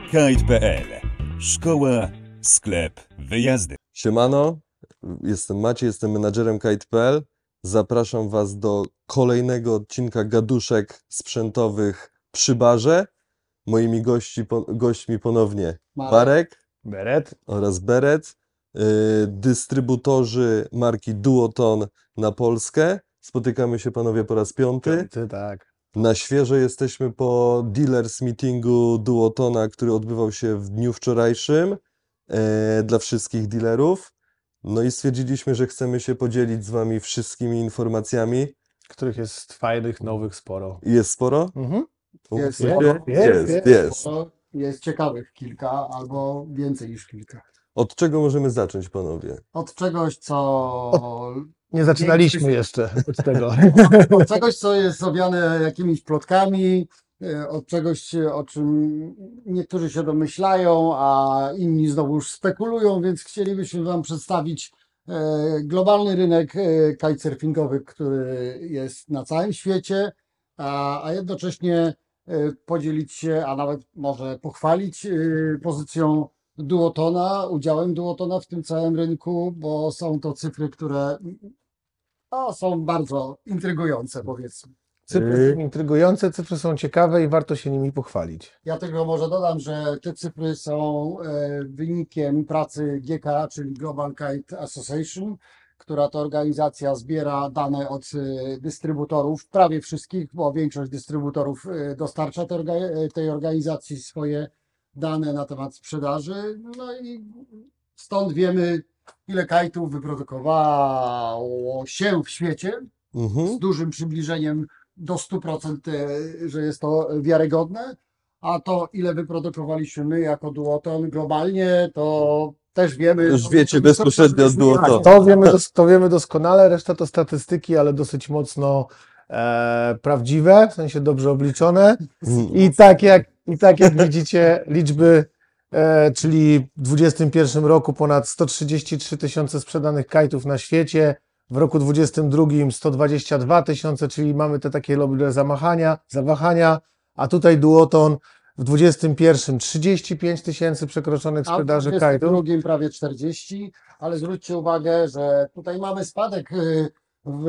Kite.pl. Szkoła, sklep, wyjazdy. Siemano, jestem Maciej, jestem menadżerem Kite.pl. Zapraszam Was do kolejnego odcinka gaduszek sprzętowych przy barze. Moimi gośćmi ponownie Marek Beret. oraz Beret, dystrybutorzy marki Duoton na Polskę. Spotykamy się panowie po raz piąty. Tak. Na świeżo jesteśmy po dealers meetingu Duotona, który odbywał się w dniu wczorajszym dla wszystkich dealerów. No i stwierdziliśmy, że chcemy się podzielić z Wami wszystkimi informacjami. Których jest fajnych, nowych sporo. Jest sporo? Jest. Jest. Jest ciekawych kilka, albo więcej niż kilka. Od czego możemy zacząć, panowie? Od czegoś, co... Nie zaczynaliśmy jeszcze od tego. Od czegoś, co jest owiane jakimiś plotkami, od czegoś, o czym niektórzy się domyślają, a inni znowu już spekulują, więc chcielibyśmy Wam przedstawić globalny rynek kitesurfingowy, który jest na całym świecie, a jednocześnie podzielić się, a nawet może pochwalić pozycją Duotona, udziałem Duotona w tym całym rynku, bo są to cyfry, które są bardzo intrygujące, powiedzmy. Cyfry są intrygujące, cyfry są ciekawe i warto się nimi pochwalić. Ja tylko może dodam, że te cyfry są wynikiem pracy GK, czyli Global Kite Association, która to organizacja zbiera dane od dystrybutorów, prawie wszystkich, bo większość dystrybutorów dostarcza tej organizacji swoje dane na temat sprzedaży. No i stąd wiemy, ile kajtów wyprodukowało się w świecie, z dużym przybliżeniem do 100%, że jest to wiarygodne, a to, ile wyprodukowaliśmy my jako Duoton globalnie, to też wiemy. Już wiecie bezpośrednio od Duotona. To wiemy doskonale, reszta to statystyki, ale dosyć mocno prawdziwe, w sensie dobrze obliczone. I tak jak widzicie, liczby, czyli w 2021 roku ponad 133 tysiące sprzedanych kajtów na świecie, w roku 2022 122 tysiące, czyli mamy te takie dobre zawahania, a tutaj Duoton w 2021 35 tysięcy przekroczonych sprzedaży kajtów. A w 2022 prawie 40, ale zwróćcie uwagę, że tutaj mamy spadek w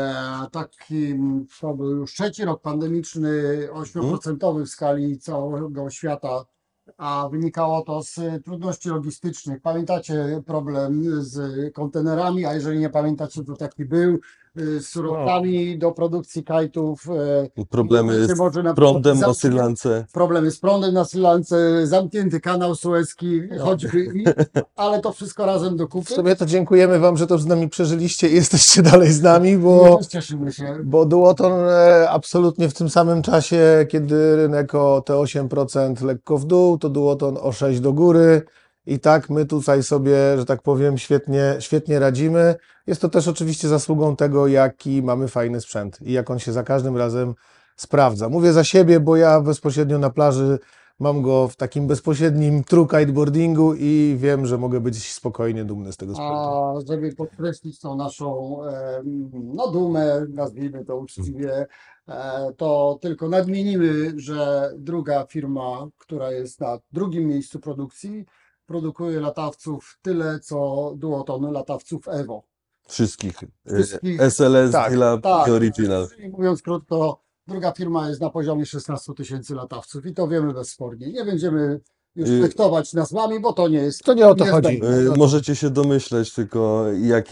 takim, to był już trzeci rok pandemiczny, 8% w skali całego świata, a wynikało to z trudności logistycznych. Pamiętacie problem z kontenerami, a jeżeli nie pamiętacie, to taki był, z surowcami do produkcji kajtów. Problemy z prądem na Sri Lance. Problemy z prądem na Sri Lance, zamknięty kanał sueski, choćby, ale to wszystko razem do kupy. W sobie to dziękujemy Wam, że to z nami przeżyliście i jesteście dalej z nami, bo Cieszymy się. Bo Duoton absolutnie w tym samym czasie, kiedy rynek o te 8% lekko w dół, to Duoton o 6% do góry. I tak my tutaj sobie, że tak powiem, świetnie radzimy. Jest to też oczywiście zasługą tego, jaki mamy fajny sprzęt i jak on się za każdym razem sprawdza. Mówię za siebie, bo ja bezpośrednio na plaży mam go w takim bezpośrednim true kiteboardingu i wiem, że mogę być spokojnie dumny z tego sprzętu. A żeby podkreślić tą naszą dumę, nazwijmy to uczciwie, to tylko nadmienimy, że druga firma, która jest na drugim miejscu produkcji, produkuje latawców tyle, co Duoton latawców Evo. Wszystkich. Wszystkich. SLS, Tak, Dilab tak. i Original. Czyli mówiąc krótko, druga firma jest na poziomie 16 tysięcy latawców i to wiemy bezspornie. Nie będziemy już fektować nazwami, bo to nie jest... To nie o to chodzi. niezbędne. Możecie się domyśleć tylko,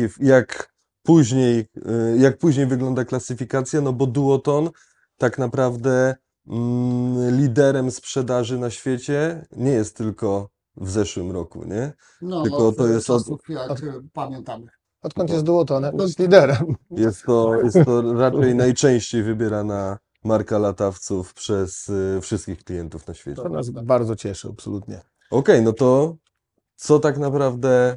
jak później wygląda klasyfikacja, no bo Duoton tak naprawdę liderem sprzedaży na świecie nie jest tylko w zeszłym roku, nie? No, tylko to jest czasów, jak pamiętamy. Odkąd jest Duotonem, jest liderem. Jest to raczej najczęściej wybierana marka latawców przez wszystkich klientów na świecie. To nas bardzo cieszy, absolutnie. Okej, no to co tak naprawdę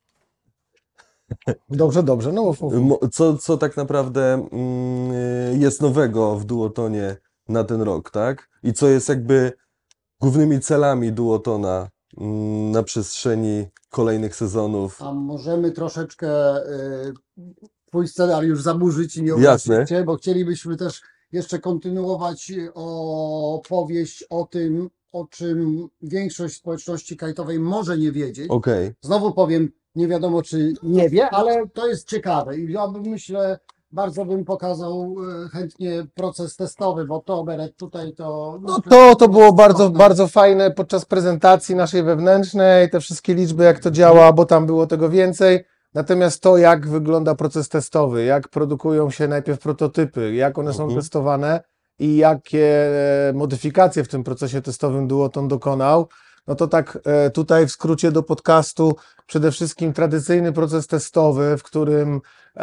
Dobrze, no mów. Co tak naprawdę jest nowego w Duotonie na ten rok, tak? I co jest jakby głównymi celami Duotona na przestrzeni kolejnych sezonów? A możemy troszeczkę twój scenariusz zaburzyć i nie Jasne. obrazić cię, bo chcielibyśmy też jeszcze kontynuować opowieść o tym, o czym większość społeczności kajtowej może nie wiedzieć. Okej. Znowu powiem, nie wiadomo czy nie wie, ale to jest ciekawe i ja bym, myślę, bardzo bym pokazał chętnie proces testowy, bo to Beret tutaj to... No to było bardzo, bardzo fajne podczas prezentacji naszej wewnętrznej, te wszystkie liczby, jak to działa, bo tam było tego więcej. Natomiast to, jak wygląda proces testowy, jak produkują się najpierw prototypy, jak one są testowane i jakie modyfikacje w tym procesie testowym Duoton dokonał, no to tak tutaj w skrócie do podcastu przede wszystkim tradycyjny proces testowy, w którym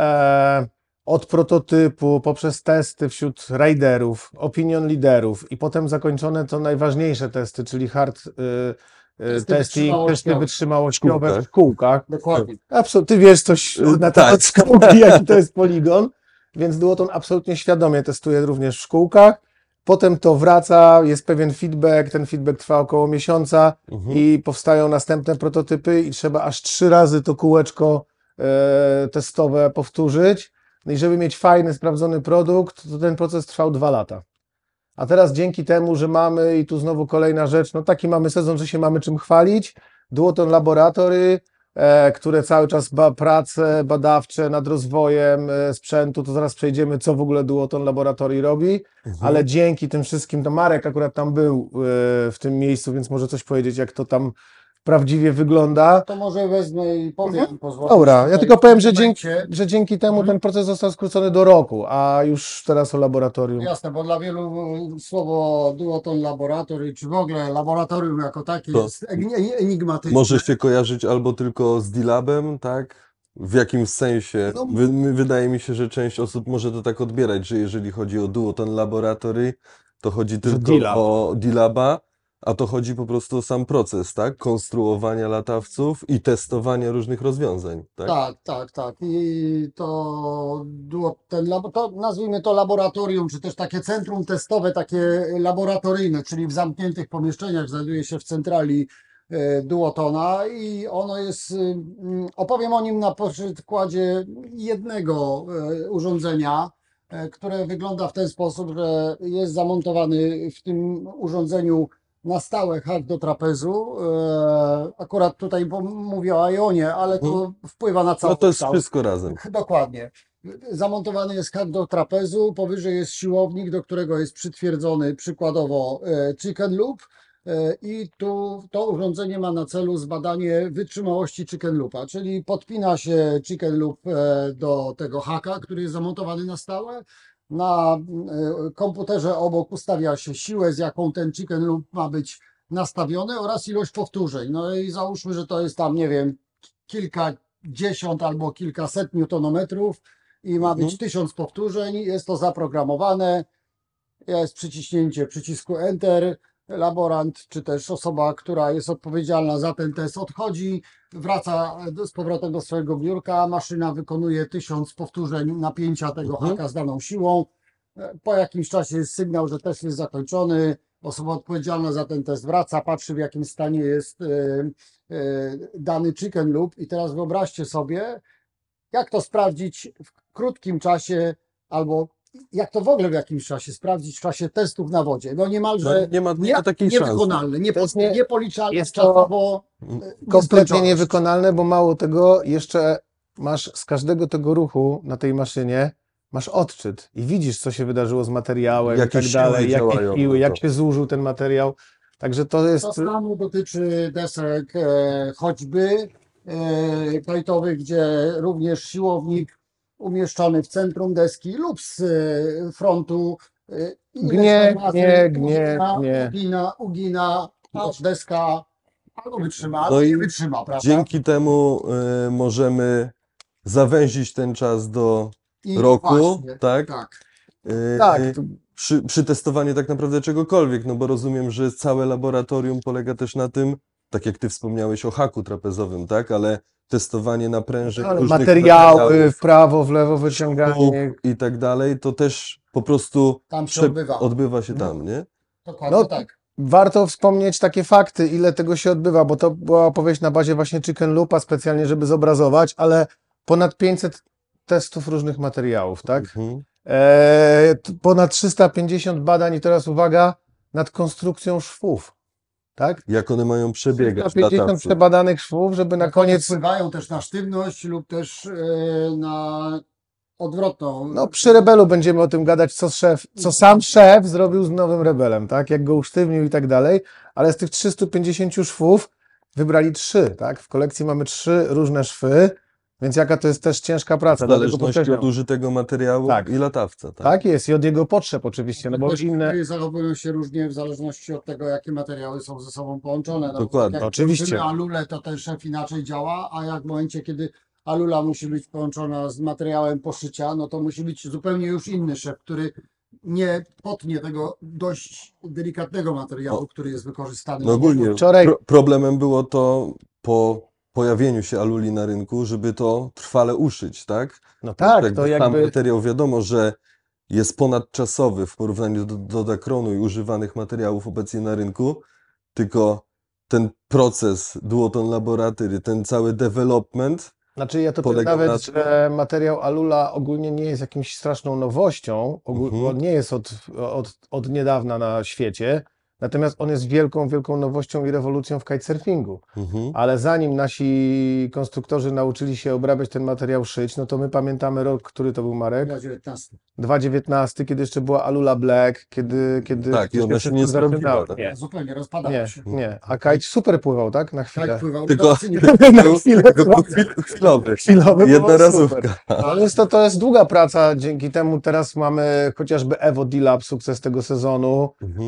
od prototypu poprzez testy wśród riderów, opinion liderów i potem zakończone to najważniejsze testy, czyli hard testy wytrzymałościowe w kółkach. Dokładnie. Absolutnie, ty wiesz coś na temat szkółki, jaki to jest poligon, więc Duoton absolutnie świadomie testuje również w szkółkach. Potem to wraca, jest pewien feedback, ten feedback trwa około miesiąca i powstają następne prototypy i trzeba aż 3 razy to kółeczko testowe powtórzyć. No i żeby mieć fajny, sprawdzony produkt, to ten proces trwał 2 lata. A teraz dzięki temu, że mamy, i tu znowu kolejna rzecz, no taki mamy sezon, że się mamy czym chwalić, Duoton Laboratory, które cały czas prace badawcze nad rozwojem sprzętu, to zaraz przejdziemy, co w ogóle Duoton Laboratory robi, ale dzięki tym wszystkim, to Marek akurat tam był w tym miejscu, więc może coś powiedzieć, jak to tam prawdziwie wygląda. To może wezmę i powiem. Dobra, ja tylko powiem, że dzięki temu ten proces został skrócony do roku, a już teraz o laboratorium. Jasne, bo dla wielu słowo Duoton Laboratory, czy w ogóle laboratorium jako takie To jest enigmatyczne. Może się kojarzyć albo tylko z D-Labem, tak? W jakimś sensie. No. Wydaje mi się, że część osób może to tak odbierać, że jeżeli chodzi o Duoton Laboratory, to chodzi tylko D-Lab. o D-Laba, a to chodzi po prostu o sam proces, tak? Konstruowania latawców i testowania różnych rozwiązań, tak? Tak. I to nazwijmy to laboratorium, czy też takie centrum testowe, takie laboratoryjne, czyli w zamkniętych pomieszczeniach, znajduje się w centrali Duotona i ono jest, opowiem o nim na przykładzie jednego urządzenia, które wygląda w ten sposób, że jest zamontowany w tym urządzeniu na stałe hak do trapezu. Akurat tutaj mówię o Ionie, ale to wpływa na cały No to jest kształt. wszystko razem. Dokładnie. Zamontowany jest hak do trapezu, powyżej jest siłownik, do którego jest przytwierdzony przykładowo chicken loop i tu to urządzenie ma na celu zbadanie wytrzymałości chicken loopa, czyli podpina się chicken loop do tego haka, który jest zamontowany na stałe. Na komputerze obok ustawia się siłę, z jaką ten chicken loop ma być nastawiony oraz ilość powtórzeń. No i załóżmy, że to jest tam, nie wiem, kilkadziesiąt albo kilkaset newtonometrów i ma być 1000 powtórzeń. Jest to zaprogramowane, jest przyciśnięcie przycisku Enter. Laborant, czy też osoba, która jest odpowiedzialna za ten test, odchodzi, wraca z powrotem do swojego biurka, maszyna wykonuje 1000 powtórzeń napięcia tego haka z daną siłą. Po jakimś czasie jest sygnał, że test jest zakończony, osoba odpowiedzialna za ten test wraca, patrzy w jakim stanie jest dany chicken loop i teraz wyobraźcie sobie, jak to sprawdzić w krótkim czasie albo jak to w ogóle w jakimś czasie sprawdzić w czasie testów na wodzie. No niemalże Nie ma takiej szansy. niewykonalne, niepoliczalne jest to czasowo. kompletnie nieskończoność. niewykonalne, bo mało tego, jeszcze masz z każdego tego ruchu na tej maszynie, masz odczyt i widzisz, co się wydarzyło z materiałem Jakie i tak dalej, siły jakie działają siły, na jak to. się zużył ten materiał. Także to jest... To samo dotyczy desek choćby kajtowych, gdzie również siłownik umieszczony w centrum deski lub z frontu ugina, aż deska albo wytrzyma, albo No i nie wytrzyma, prawda? Dzięki temu możemy zawęzić ten czas do I roku, właśnie, tak? tak. Tak, Przy testowaniu tak naprawdę czegokolwiek, no bo rozumiem, że całe laboratorium polega też na tym, tak jak ty wspomniałeś o haku trapezowym, tak? Ale testowanie naprężeń ale różnych materiały materiałów, w prawo, w lewo, sztuk wyciąganie. i tak dalej, to też po prostu Tam się odbywa. odbywa się tam, nie? Dokładnie No, tak. Warto wspomnieć takie fakty, ile tego się odbywa, bo to była opowieść na bazie właśnie Chicken Loopa specjalnie, żeby zobrazować, ale ponad 500 testów różnych materiałów, tak? Ponad 350 badań i teraz uwaga, nad konstrukcją szwów. tak? Jak one mają przebiegać 150 latawcy? przebadanych szwów, żeby na koniec... Wpływają też na sztywność lub też na odwrotną. No przy Rebelu będziemy o tym gadać, co sam szef zrobił z nowym Rebelem, tak? Jak go usztywnił i tak dalej, ale z tych 350 szwów wybrali 3, tak? W kolekcji mamy 3 różne szwy, więc jaka to jest też ciężka praca. W Dlatego zależności podkreślam. od użytego materiału Tak. i latawca. Tak? Tak jest i od jego potrzeb oczywiście, no bo Też inne... zachowują się różnie w zależności od tego, jakie materiały są ze sobą połączone. No, Dokładnie. Jak Oczywiście. włączymy alulę, to ten szef inaczej działa, a jak w momencie, kiedy alula musi być połączona z materiałem poszycia, no to musi być zupełnie już inny szef, który nie potnie tego dość delikatnego materiału, który jest wykorzystany. No ogólnie Wczoraj- problemem było to po pojawieniu się aluli na rynku, żeby to trwale uszyć, tak? No tak, Jakby to Sam jakby... materiał wiadomo, że jest ponadczasowy w porównaniu do Dacronu i używanych materiałów obecnie na rynku, tylko ten proces Duotone Laboratory, ten cały development, Znaczy ja to powiem polegał na nawet, tym- że materiał Alula ogólnie nie jest jakimś straszną nowością, on nie jest od niedawna na świecie, natomiast on jest wielką, wielką nowością i rewolucją w kitesurfingu. Ale zanim nasi konstruktorzy nauczyli się obrabiać ten materiał, szyć, no to my pamiętamy rok, który to był, Marek? 2019. 2019, kiedy jeszcze była Alula Black, kiedy Tak, i ona się nie zaczynało. sprawdziła, tak? Nie, Zupełnie rozpadała nie, się. nie. A kite super pływał, tak? Na Tak chwilę. wpływał. Tylko- Rewelacyjnie. Na chwilę Tylko pływał. chwilowy. Chwilowy Jednorazówka. super. Ale jest to jest długa praca, dzięki temu teraz mamy chociażby Evo D-Lab, sukces tego sezonu,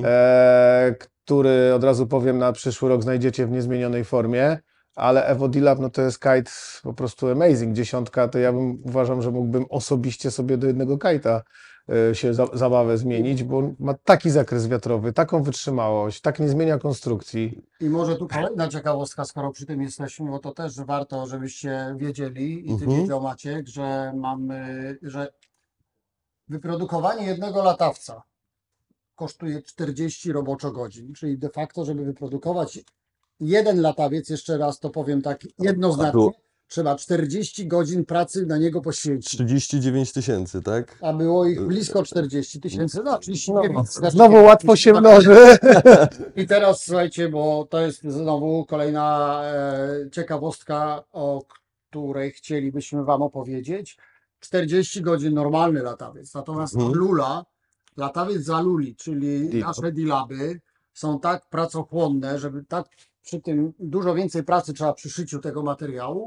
który od razu powiem na przyszły rok znajdziecie w niezmienionej formie, ale Evo D-Lab no to jest kite po prostu amazing, 10, to ja uważam, że mógłbym osobiście sobie do jednego kite'a się zabawę zmienić, bo on ma taki zakres wiatrowy, taką wytrzymałość, tak nie zmienia konstrukcji. I może tu kolejna ciekawostka, skoro przy tym jesteśmy, bo to też warto, żebyście wiedzieli i ty wiedział, Maciek, że wyprodukowanie jednego latawca kosztuje 40 roboczo-godzin, czyli de facto, żeby wyprodukować jeden latawiec, jeszcze raz to powiem tak jednoznacznie, trzeba 40 godzin pracy na niego poświęcić. 39 000, tak? A było ich blisko 40 000, no 39. Znowu łatwo się mnoży. I teraz słuchajcie, bo to jest znowu kolejna ciekawostka, o której chcielibyśmy Wam opowiedzieć. 40 godzin normalny latawiec, natomiast Alula, latawiec z Aluli, czyli nasze D-Laby są tak pracochłonne, żeby tak przy tym dużo więcej pracy trzeba przy szyciu tego materiału.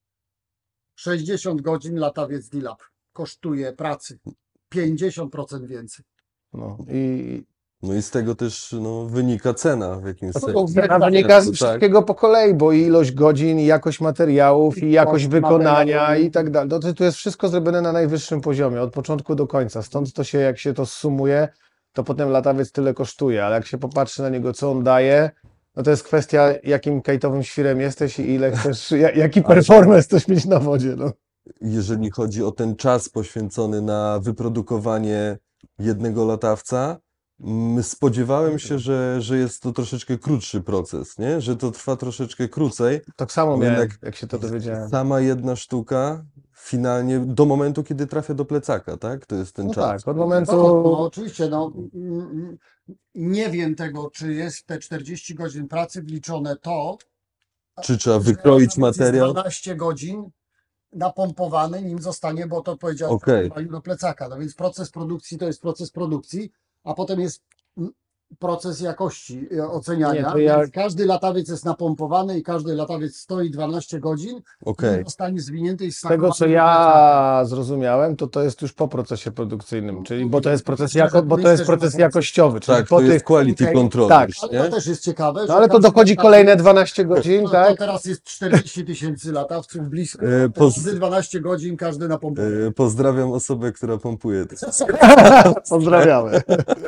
60 godzin latawiec D-Lab kosztuje pracy, 50% więcej. No i z tego też wynika cena w jakimś sensie. Cena wynika z Tak. wszystkiego po kolei, bo i ilość godzin, i jakość materiałów, i jakość wykonania materiału. i tak dalej. To jest wszystko zrobione na najwyższym poziomie, od początku do końca. Stąd to się, jak się to sumuje, to potem latawiec tyle kosztuje, ale jak się popatrzy na niego, co on daje, no to jest kwestia, jakim kajtowym świrem jesteś i ile chcesz, jaki performance chcesz mieć na wodzie. No. Jeżeli chodzi o ten czas poświęcony na wyprodukowanie jednego latawca, spodziewałem się, że jest to troszeczkę krótszy proces, nie? Że to trwa troszeczkę krócej. Tak samo Bo miałem, jednak jak się to dowiedziałem. Sama jedna sztuka finalnie do momentu, kiedy trafia do plecaka, tak? To jest ten No czas. tak, od No, momentu... oczywiście, nie wiem tego, czy jest w te 40 godzin pracy wliczone to, Czy trzeba że wykroić latawiec jest materiał? 12 godzin napompowany, nim zostanie, bo to powiedziałem, Okej. do plecaka. No więc proces produkcji to jest proces produkcji, a potem jest proces jakości oceniania. Nie, to ja- Więc każdy latawiec jest napompowany i każdy latawiec stoi 12 godzin Okej. i zostanie zwinięty i Z tego, co spakowany do plecaka. ja zrozumiałem, to jest już po procesie produkcyjnym, czyli bo to jest proces, Myślę, bo to że jest to proces jest- jakościowy, czyli Tak, po to jest tych... quality okej, control tak, już, Ale nie? to też jest ciekawe, No że ale to każdy dochodzi latawiec- kolejne 12 godzin, No, tak? to teraz jest 40 000 latawców blisko. Każdy 12 godzin, każdy napompowany. Pozdrawiam osobę, która pompuje. Pozdrawiamy.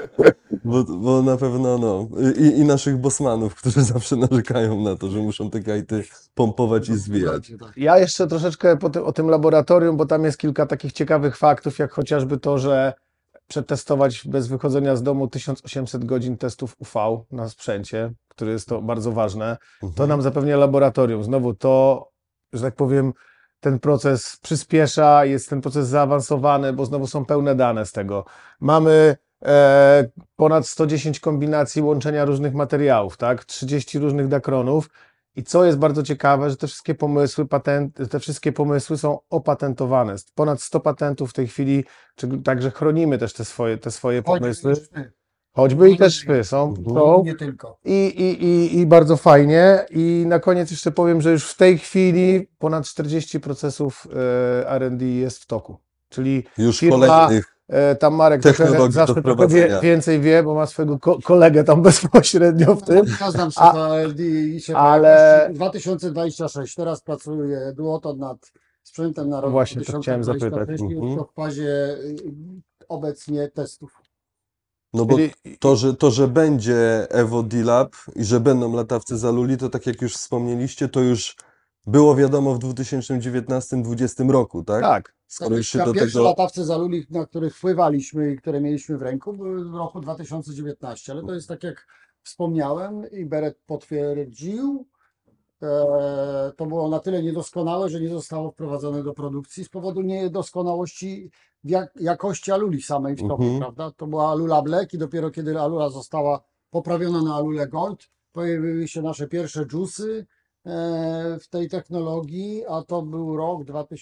Bo na pewno i naszych bossmanów, którzy zawsze narzekają na to, że muszą te kajty pompować i zwijać. Tak. Ja jeszcze troszeczkę o tym laboratorium, bo tam jest kilka takich ciekawych faktów, jak chociażby to, że przetestować bez wychodzenia z domu 1800 godzin testów UV na sprzęcie, który jest to bardzo ważne. To nam zapewnia laboratorium. Znowu to, że tak powiem, ten proces przyspiesza, jest ten proces zaawansowany, bo znowu są pełne dane z tego. Mamy ponad 110 kombinacji łączenia różnych materiałów, tak? 30 różnych dakronów. I co jest bardzo ciekawe, że te wszystkie pomysły, te wszystkie pomysły są opatentowane. Jest ponad 100 patentów w tej chwili, także chronimy też te swoje pomysły. Choćby i też szwy są. Nie tylko. I bardzo fajnie. I na koniec jeszcze powiem, że już w tej chwili ponad 40 procesów R&D jest w toku. Czyli Już firma, kolejnych tam Marek technologii zawsze do trochę wprowadzenia. więcej wie, bo ma swojego kolegę tam bezpośrednio w tym. Ja znam się za LD i się ale- 2026. Teraz pracuje Duoton nad sprzętem na rok Właśnie to chciałem 2026 zapytać. i już to w fazie obecnie testów. No bo Czyli to, że będzie Evo D-Lab i że będą latawce za Luli, to tak jak już wspomnieliście, to już było wiadomo w 2019-2020 roku, tak? tak. Skoro już się do Pierwsze tego... latawce za Lulich, na których wpływaliśmy i które mieliśmy w ręku, były w roku 2019, ale to jest tak jak wspomniałem i Beret potwierdził, to było na tyle niedoskonałe, że nie zostało wprowadzone do produkcji z powodu niedoskonałości jakości aluli samej w sobie, prawda? To była alula Black i dopiero kiedy alula została poprawiona na alulę Gold, pojawiły się nasze pierwsze juice'y w tej technologii, a to był rok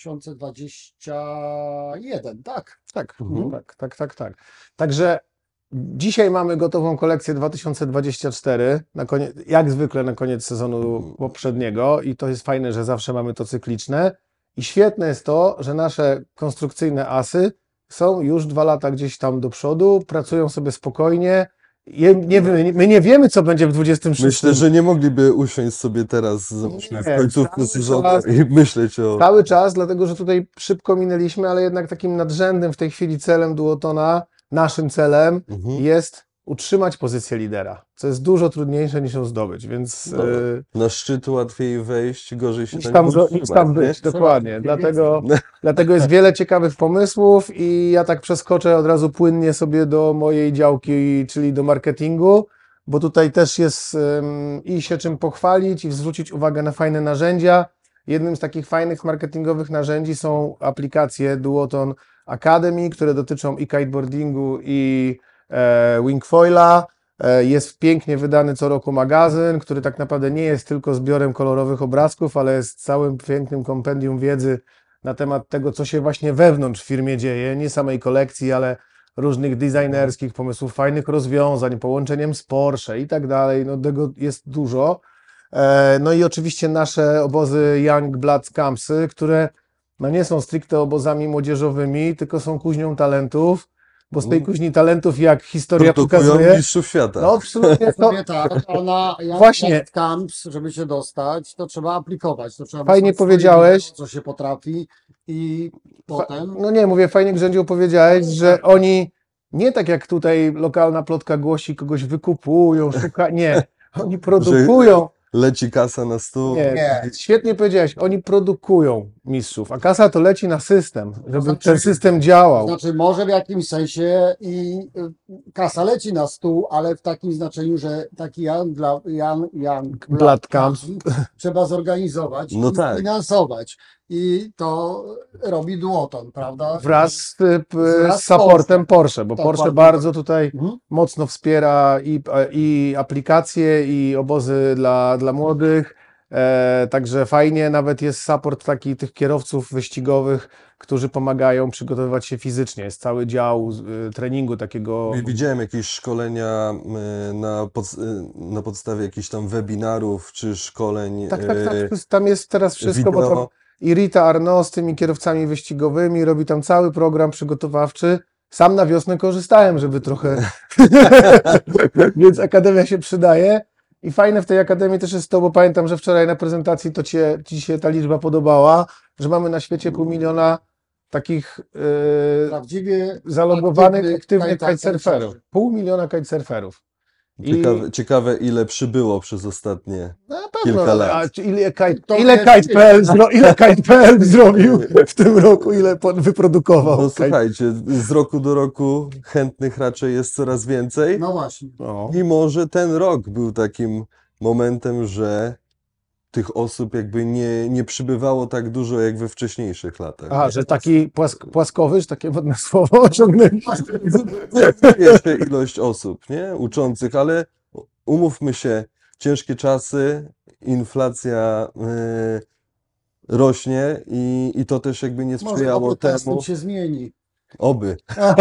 2021, tak? Tak, tak. Także dzisiaj mamy gotową kolekcję 2024, jak zwykle na koniec sezonu poprzedniego i to jest fajne, że zawsze mamy to cykliczne i świetne jest to, że nasze konstrukcyjne asy są już 2 lata gdzieś tam do przodu, pracują sobie spokojnie. My nie wiemy, co będzie w 26. Myślę, że nie mogliby usiąść sobie teraz, załóżmy, w Nie, końcówce cały sezonu czas- i myśleć o... Cały czas, dlatego że tutaj szybko minęliśmy, ale jednak takim nadrzędnym w tej chwili celem Duotona, naszym celem jest utrzymać pozycję lidera, co jest dużo trudniejsze niż ją zdobyć, więc No, na szczyt łatwiej wejść, gorzej się niż na tam, nim niż tam utrzymać, nie? być, dokładnie. Dlatego jest wiele ciekawych pomysłów i ja tak przeskoczę od razu płynnie sobie do mojej działki, czyli do marketingu, bo tutaj też jest i się czym pochwalić i zwrócić uwagę na fajne narzędzia. Jednym z takich fajnych marketingowych narzędzi są aplikacje Duoton Academy, które dotyczą i kiteboardingu, i wingfoila. Jest pięknie wydany co roku magazyn, który tak naprawdę nie jest tylko zbiorem kolorowych obrazków, ale jest całym pięknym kompendium wiedzy na temat tego, co się właśnie wewnątrz w firmie dzieje, nie samej kolekcji, ale różnych designerskich pomysłów, fajnych rozwiązań, połączeniem z Porsche i tak dalej. No tego jest dużo. No i oczywiście nasze obozy Young Blood Campsy, które no nie są stricte obozami młodzieżowymi, tylko są kuźnią talentów, bo z tej kuźni talentów, jak historia Produkują pokazuje, mistrzów świata. no absolutnie to Sobie tak, a na Właśnie. Camps, żeby się dostać, to trzeba aplikować. To trzeba Fajnie wysłać powiedziałeś. swoje, co się potrafi i potem... no nie, mówię, fajnie Grzędziu powiedziałeś, że oni nie tak jak tutaj lokalna plotka głosi, kogoś wykupują, nie, oni produkują. Leci kasa na stół. Nie, świetnie powiedziałeś, oni produkują mistrzów, a kasa to leci na system, żeby znaczy- ten system działał. Znaczy może w jakimś sensie i kasa leci na stół, ale w takim znaczeniu, że taki Young Blood Camps. trzeba zorganizować No i tak. finansować. I to robi Duoton, prawda? Wraz z Wraz z supportem Porsche, bo Dokładnie. Porsche bardzo tutaj Mhm. mocno wspiera i aplikacje, i obozy dla młodych. Także fajnie, nawet jest support taki tych kierowców wyścigowych, którzy pomagają przygotowywać się fizycznie. Jest cały dział treningu takiego. Widziałem jakieś szkolenia na podstawie jakichś tam webinarów czy szkoleń. Tak. Tam jest teraz wszystko, bo wideo. tam i Rita Arnaud z tymi kierowcami wyścigowymi robi tam cały program przygotowawczy. Sam na wiosnę korzystałem, żeby trochę... Więc Akademia się przydaje. I fajne w tej Akademii też jest to, bo pamiętam, że wczoraj na prezentacji to ci się ta liczba podobała, że mamy na świecie 500 000 takich Prawdziwie zalogowanych, aktywnych kitesurferów. kitesurferów. 500 000 kitesurferów. Ciekawe, ile przybyło przez ostatnie Na kilka pewno, lat. a ile To ile jest- Kite.pl zrobił w tym roku, ile wyprodukował. No słuchajcie, z roku do roku chętnych raczej jest coraz więcej. No właśnie. No. I może ten rok był takim momentem, że tych osób jakby nie przybywało tak dużo jak we wcześniejszych latach. Aha, że taki płaskowy, że takie wodne słowo osiągnęliśmy. Zwiększyła się ilość osób, nie? Uczących, ale umówmy się, ciężkie czasy, inflacja rośnie i to też jakby nie Może sprzyjało oby testem temu. się zmieni. Oby.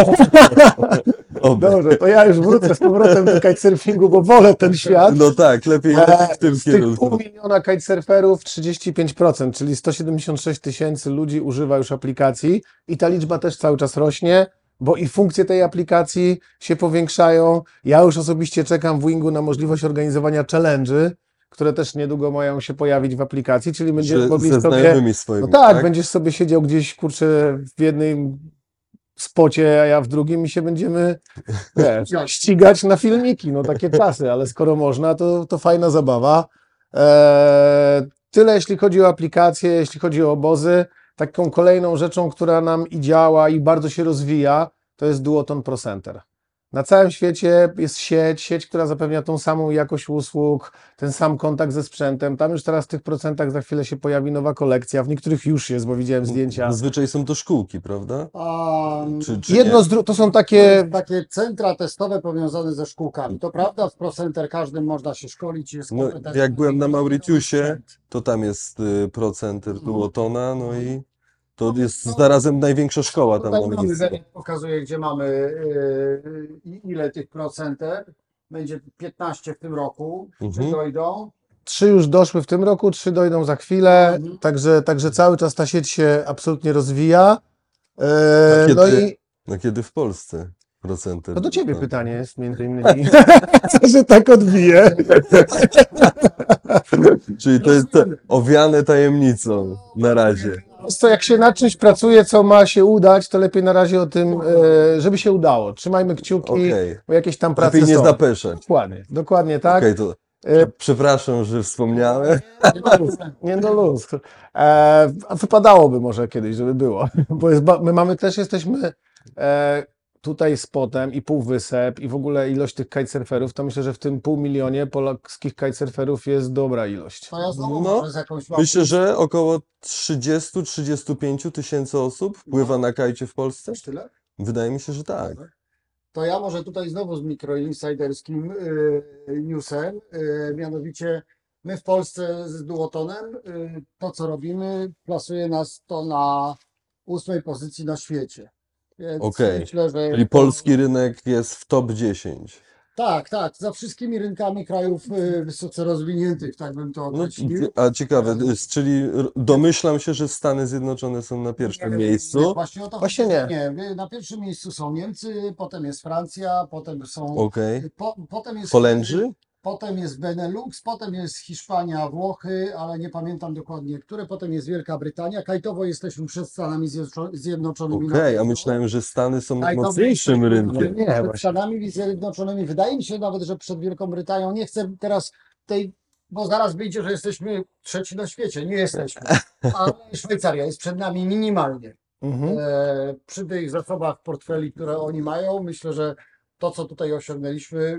Oby. Dobrze, to ja już wrócę z powrotem do kitesurfingu, bo wolę ten świat. No tak, lepiej w tym Z tych kierunku. 0,5 miliona kitesurferów 35%, czyli 176 tysięcy ludzi używa już aplikacji i ta liczba też cały czas rośnie, bo i funkcje tej aplikacji się powiększają. Ja już osobiście czekam w Wingu na możliwość organizowania challenge'y, które też niedługo mają się pojawić w aplikacji, czyli będziemy Że mogli ze sobie... znajomymi swoimi, No tak, tak? będziesz sobie siedział gdzieś, kurczę, w jednym spocie, a ja w drugim i się będziemy, wiesz, ścigać na filmiki, no takie czasy, ale skoro można, to fajna zabawa. Tyle jeśli chodzi o aplikacje, jeśli chodzi o obozy. Taką kolejną rzeczą, która nam i działa i bardzo się rozwija, to jest Duoton Pro Center. Na całym świecie jest sieć, która zapewnia tą samą jakość usług, ten sam kontakt ze sprzętem. Tam już teraz w tych procentach za chwilę się pojawi nowa kolekcja. W niektórych już jest, bo widziałem zdjęcia. Zazwyczaj są to szkółki, prawda? A Czy Jedno nie? z to są takie... takie centra testowe powiązane ze szkółkami. To prawda, w ProCenter każdym można się szkolić. Jest No, kompetentny. jak byłem na Mauritiusie, to tam jest procenter Duotona, no i to jest zarazem największa szkoła tam Tutaj na mamy miejscu. wariant, pokazuje, gdzie mamy ile tych procenter. Będzie 15 w tym roku, czy Mhm. dojdą. 3 już doszły w tym roku, 3 dojdą za chwilę, Mhm. także cały czas ta sieć się absolutnie rozwija. A No kiedy- i No kiedy w Polsce procenter? to do Ciebie No. pytanie jest między innymi. Co się tak odbije? Czyli to jest owiane tajemnicą na razie. Co, jak się nad czymś pracuje, co ma się udać, to lepiej na razie o tym, żeby się udało. Trzymajmy kciuki, Okej. bo jakieś tam prace Lepiej nie są. zapeszać. Dokładnie tak. Okej, to przepraszam, że wspomniałem. Nie no luz. A wypadałoby może kiedyś, żeby było. Bo my mamy też, jesteśmy tutaj spotem i półwysep i w ogóle ilość tych kitesurferów, to myślę, że w tym 500 000 polskich kitesurferów jest dobra ilość. To ja znowu No, może z jakąś małą- Myślę, że około 30-35 tysięcy osób pływa na kajcie w Polsce. Też tyle? Wydaje mi się, że tak. To ja może tutaj znowu z mikroinsiderskim newsem, mianowicie my w Polsce z Duotonem to co robimy plasuje nas to na 8. pozycji na świecie. Więc Okej. myślę, że Czyli polski rynek jest w top 10. tak, za wszystkimi rynkami krajów wysoce rozwiniętych, tak bym to No, określił. a ciekawe, czyli domyślam się, że Stany Zjednoczone są na pierwszym miejscu. Właśnie o to Właśnie chodzi. Nie, na pierwszym miejscu są Niemcy, potem jest Francja, potem są Okej. potem jest Holendrzy? Potem jest Benelux, potem jest Hiszpania, Włochy, ale nie pamiętam dokładnie które, potem jest Wielka Brytania. Kajtowo jesteśmy przed Stanami Zjednoczonymi. na Okej, a pewno. myślałem, że Stany są Kajtowo mocniejszym jesteśmy rynkiem. Nie, przed właśnie. Stanami Zjednoczonymi. Wydaje mi się nawet, że przed Wielką Brytanią. Nie chcę teraz bo zaraz wyjdzie, że jesteśmy trzeci na świecie. Nie jesteśmy. Ale Szwajcaria jest przed nami minimalnie. Mhm. Przy tych zasobach portfeli, które oni mają, myślę, że to, co tutaj osiągnęliśmy,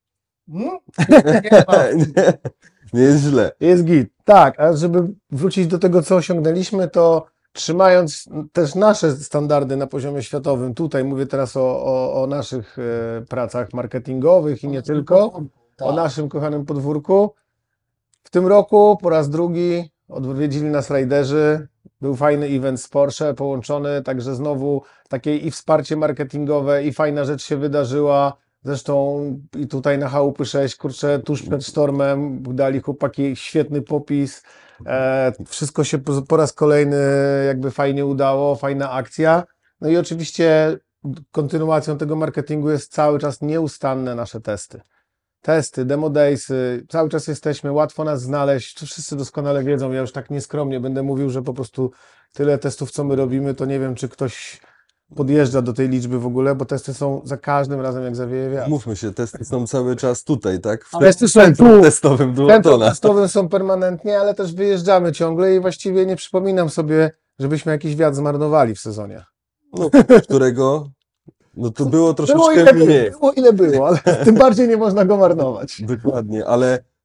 nie ma. Nie jest źle. Jest git. Tak, a żeby wrócić do tego, co osiągnęliśmy, to trzymając też nasze standardy na poziomie światowym, tutaj mówię teraz o naszych pracach marketingowych i nie tylko, o Tak. naszym kochanym podwórku. W tym roku po raz drugi odwiedzili nas rajderzy. Był fajny event z Porsche połączony, także znowu takie i wsparcie marketingowe, i fajna rzecz się wydarzyła. Zresztą i tutaj na Chałupy 6, kurczę, tuż przed sztormem dali chłopaki świetny popis. Wszystko się po raz kolejny jakby fajnie udało, fajna akcja. No i oczywiście kontynuacją tego marketingu jest cały czas nieustanne nasze testy. Testy, demo daysy, cały czas jesteśmy, łatwo nas znaleźć, to wszyscy doskonale wiedzą, ja już tak nieskromnie będę mówił, że po prostu tyle testów, co my robimy, to nie wiem, czy ktoś podjeżdża do tej liczby w ogóle, bo testy są za każdym razem, jak zawieje wiatr. Mówmy się, testy są cały czas tutaj, tak? W Testy są tu, testowym centrum Duotona. testowym są permanentnie, ale też wyjeżdżamy ciągle i właściwie nie przypominam sobie, żebyśmy jakiś wiatr zmarnowali w sezonie. No, którego no to było Było troszeczkę ile mniej. było, ale tym bardziej nie można go marnować. Dokładnie, ale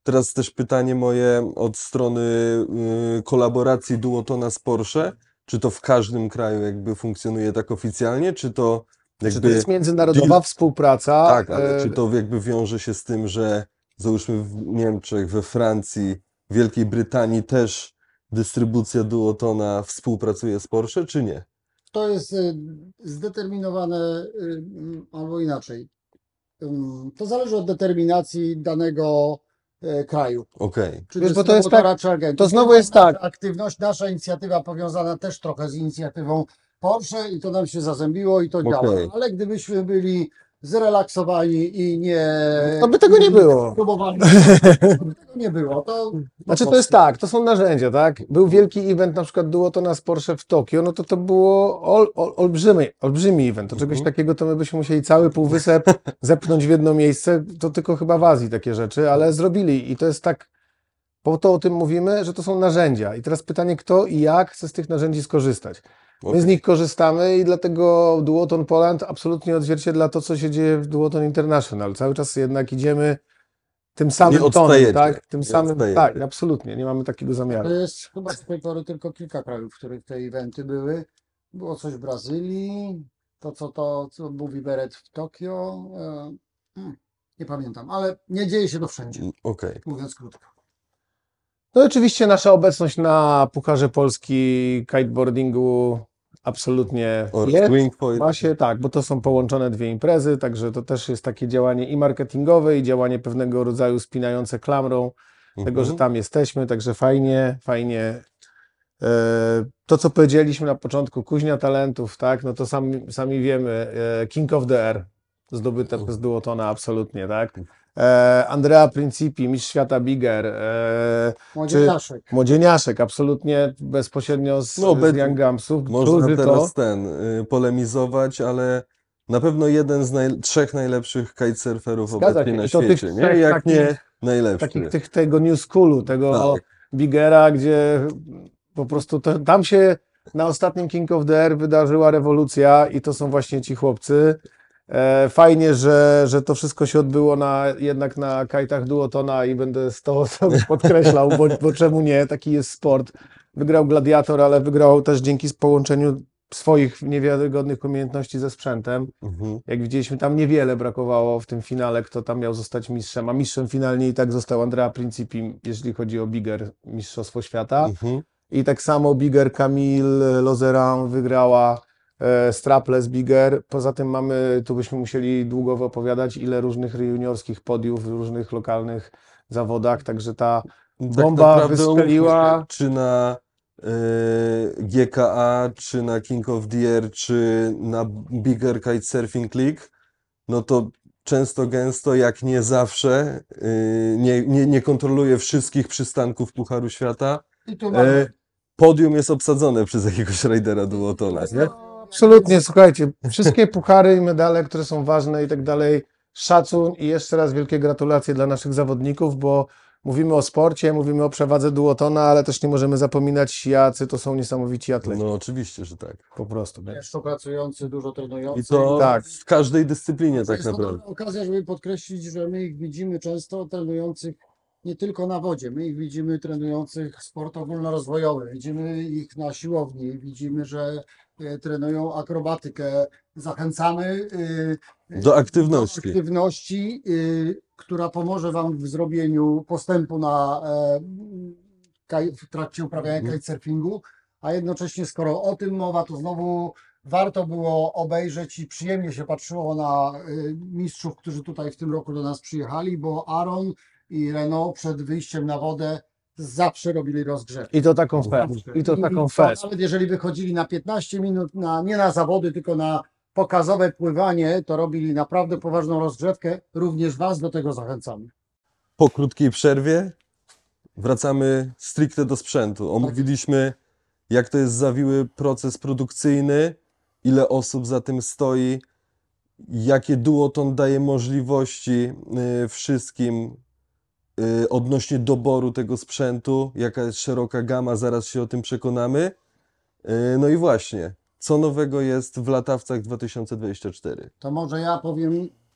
teraz też pytanie moje od strony kolaboracji Duotona z Porsche. Czy to w każdym kraju jakby funkcjonuje tak oficjalnie, czy to Czy to jakby... jest międzynarodowa współpraca? Tak, ale czy to jakby wiąże się z tym, że załóżmy w Niemczech, we Francji, Wielkiej Brytanii też dystrybucja Duotona współpracuje z Porsche, czy nie? To jest zdeterminowane albo inaczej. To zależy od determinacji danego kraju. Okej. Czy Wiesz, bo to jest dystrybutora, tak- czy agenta. to znowu jest tak. Aktywność, nasza inicjatywa powiązana też trochę z inicjatywą Porsche i to nam się zazębiło i to działa. Okej. Ale gdybyśmy byli zrelaksowani i nie... To by tego nie było. Próbowali, to by tego nie było. Znaczy to jest tak, to są narzędzia, tak? Był wielki event na przykład Duotona z Porsche w Tokio, no to było olbrzymi event. To czegoś takiego to my byśmy musieli cały półwysep zepchnąć w jedno miejsce, to tylko chyba w Azji takie rzeczy, ale zrobili i to jest tak, po to o tym mówimy, że to są narzędzia. I teraz pytanie, kto i jak chce z tych narzędzi skorzystać. My z nich korzystamy i dlatego Duoton Poland absolutnie odzwierciedla to, co się dzieje w Duoton International. Cały czas jednak idziemy tym samym tonem, odstajecie, tak? Tym nie samym, odstajecie. tak, absolutnie, nie mamy takiego zamiaru. To jest chyba z tej pory tylko kilka krajów, w których te eventy były. Było coś w Brazylii, co mówi Beret w Tokio. Nie pamiętam, ale nie dzieje się to wszędzie, Okej. mówiąc krótko. No i oczywiście nasza obecność na Pucharze Polski kiteboardingu absolutnie jest. Wingfoil. Właśnie tak, bo to są połączone dwie imprezy, także to też jest takie działanie i marketingowe, i działanie pewnego rodzaju spinające klamrą tego, że tam jesteśmy, także fajnie, fajnie. To, co powiedzieliśmy na początku, kuźnia talentów, tak, no to sami wiemy, King of the Air, zdobyte przez Duotona, absolutnie, tak. Andrea Principi, mistrz świata Bigger, Młodzieniaszek. Młodzieniaszek, absolutnie bezpośrednio z Young Gunsów, Można którzy teraz polemizować, ale na pewno jeden z trzech najlepszych kitesurferów Zgadza obecnie się. na I to tych świecie, nie? trzech Jak takich- nie najlepszy. tego New Schoolu, tego Tak. Biggera, gdzie po prostu tam się na ostatnim King of the Air wydarzyła rewolucja i to są właśnie ci chłopcy. Fajnie, że to wszystko się odbyło jednak na kajtach Duotona i będę to podkreślał, bo czemu nie, taki jest sport. Wygrał Gladiator, ale wygrał też dzięki połączeniu swoich niewiarygodnych umiejętności ze sprzętem. Jak widzieliśmy, tam niewiele brakowało w tym finale, kto tam miał zostać mistrzem, a mistrzem finalnie i tak został Andrea Principi, jeśli chodzi o Bigger, Mistrzostwo Świata. I tak samo Bigger Camille Lozeran wygrała strapless Bigger. Poza tym tu byśmy musieli długo opowiadać, ile różnych juniorskich podiów w różnych lokalnych zawodach, także ta bomba naprawdę wystrzeliła. umówmy się, czy na GKA, czy na King of the Air, czy na Bigger Kitesurfing League, no to często, gęsto, jak nie zawsze, nie kontroluje wszystkich przystanków Pucharu Świata. I tu mamy Podium jest obsadzone przez jakiegoś rajdera Duotona, nie? Absolutnie, słuchajcie, wszystkie puchary i medale, które są ważne i tak dalej, szacun i jeszcze raz wielkie gratulacje dla naszych zawodników, bo mówimy o sporcie, mówimy o przewadze Duotona, ale też nie możemy zapominać, jacy to są niesamowici atleci, No oczywiście, że tak. po prostu. ciężko pracujący, dużo trenujący. I to Tak. w każdej dyscyplinie To tak jest to naprawdę. dobra okazja, żeby podkreślić, że my ich widzimy często trenujących nie tylko na wodzie, my ich widzimy trenujących sport ogólnorozwojowy, widzimy ich na siłowni, widzimy, że trenują akrobatykę. Zachęcamy Do aktywności. do aktywności, która pomoże Wam w zrobieniu postępu w trakcie uprawiania kitesurfingu, a jednocześnie skoro o tym mowa, to znowu warto było obejrzeć i przyjemnie się patrzyło na mistrzów, którzy tutaj w tym roku do nas przyjechali, bo Aaron i Renault przed wyjściem na wodę zawsze robili rozgrzewkę. I to taką fest. I to taką fest. Nawet jeżeli wychodzili na 15 minut, nie na zawody, tylko na pokazowe pływanie, to robili naprawdę poważną rozgrzewkę. Również Was do tego zachęcamy. Po krótkiej przerwie wracamy stricte do sprzętu. Omówiliśmy, jak to jest zawiły proces produkcyjny, ile osób za tym stoi, jakie Duoton daje możliwości wszystkim odnośnie doboru tego sprzętu, jaka jest szeroka gama, zaraz się o tym przekonamy. No i właśnie, co nowego jest w latawcach 2024? To może ja powiem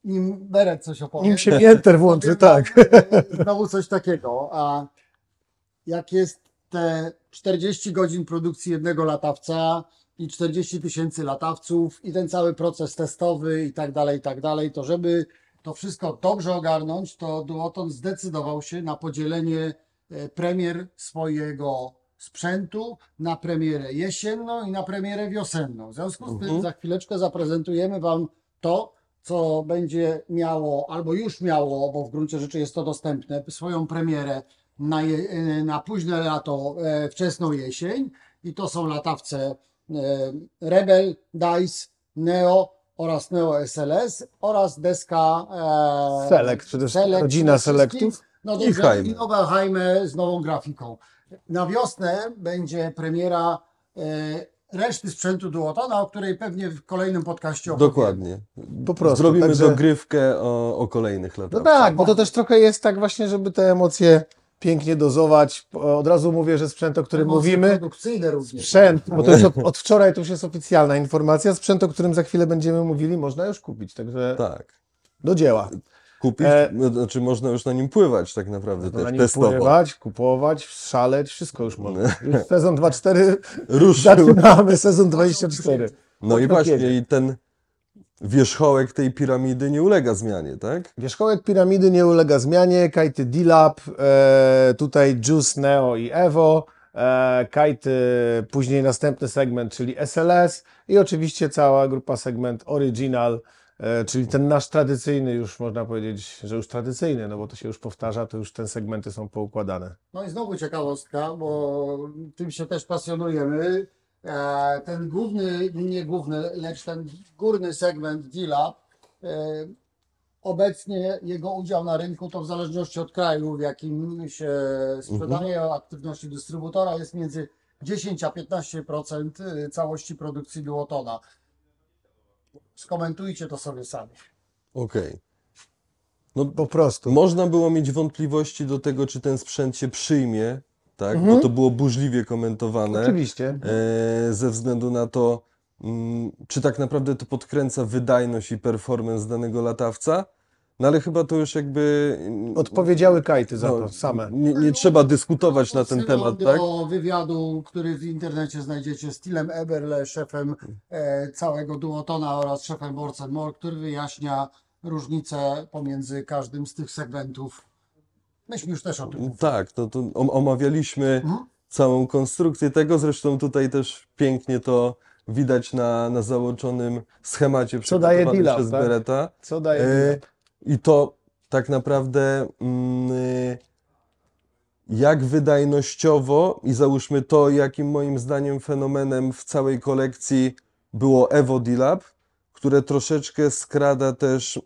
nim Beret coś opowie. Nim się Mięter włączy, tak. Znowu coś takiego. A jak jest te 40 godzin produkcji jednego latawca i 40 000 latawców i ten cały proces testowy i tak dalej, to żeby to wszystko dobrze ogarnąć, to Duoton zdecydował się na podzielenie premier swojego sprzętu na premierę jesienną i na premierę wiosenną. W związku z tym za chwileczkę zaprezentujemy Wam to, co będzie miało, albo już miało, bo w gruncie rzeczy jest to dostępne, swoją premierę na późne lato, wczesną jesień. I to są latawce Rebel, Dice, Neo oraz Neo SLS oraz deska Select, przede wszystkim rodzina Selectów. No I dobrze, Jaime. i nowe Jaime z nową grafiką. Na wiosnę będzie premiera reszty sprzętu Duotona, o której pewnie w kolejnym podcaście opowiemy. Dokładnie. Po prostu. Zrobimy Także- dogrywkę o kolejnych No latach. tak, bo to też trochę jest tak właśnie, żeby te emocje pięknie dozować. Od razu mówię, że sprzęt, o którym Emocje mówimy, produkcyjne również. sprzęt, bo to już od wczoraj to już jest oficjalna informacja, sprzęt, o którym za chwilę będziemy mówili, można już kupić, także Tak. do dzieła. Kupić, znaczy można już na nim pływać tak naprawdę Na też, nim testowo. pływać, kupować, szaleć, wszystko już można. Już sezon 2.4 Ruszył. zaczynamy, sezon 24. No i Tak właśnie, jedzie. i ten wierzchołek tej piramidy nie ulega zmianie, tak? Wierzchołek piramidy nie ulega zmianie, kajty D-Lab, tutaj Juice, Neo i Evo, kajty, później następny segment, czyli SLS i oczywiście cała grupa segment Original, czyli ten nasz tradycyjny, już można powiedzieć, że już tradycyjny, no bo to się już powtarza, to już te segmenty są poukładane. No i znowu ciekawostka, bo tym się też pasjonujemy. Ten główny, nie główny, lecz ten górny segment D-Lab, obecnie jego udział na rynku to w zależności od kraju, w jakim się sprzedaje, aktywności dystrybutora jest między 10 a 15% całości produkcji Duotona. Skomentujcie to sobie sami. Okej. No Po prostu. można było mieć wątpliwości do tego, czy ten sprzęt się przyjmie, tak? Bo to było burzliwie komentowane. Oczywiście. Ze względu na to, czy tak naprawdę to podkręca wydajność i performance danego latawca. No ale chyba to już jakby Odpowiedziały kajty za no, to same. nie trzeba dyskutować na ten Odsyłam temat, tak? do wywiadu, który w internecie znajdziecie z Tilem Eberle, szefem całego Duotona oraz szefem Boards & More, który wyjaśnia różnicę pomiędzy każdym z tych segmentów. Myśmy już też o tym mówili. Tak, to omawialiśmy całą konstrukcję tego, zresztą tutaj też pięknie to widać na załączonym schemacie Co daje przygotowanym D-Lab, przez tak? Beretta. Co daje? I to tak naprawdę jak wydajnościowo i załóżmy to, jakim moim zdaniem fenomenem w całej kolekcji było Evo D-Lab, które troszeczkę skrada też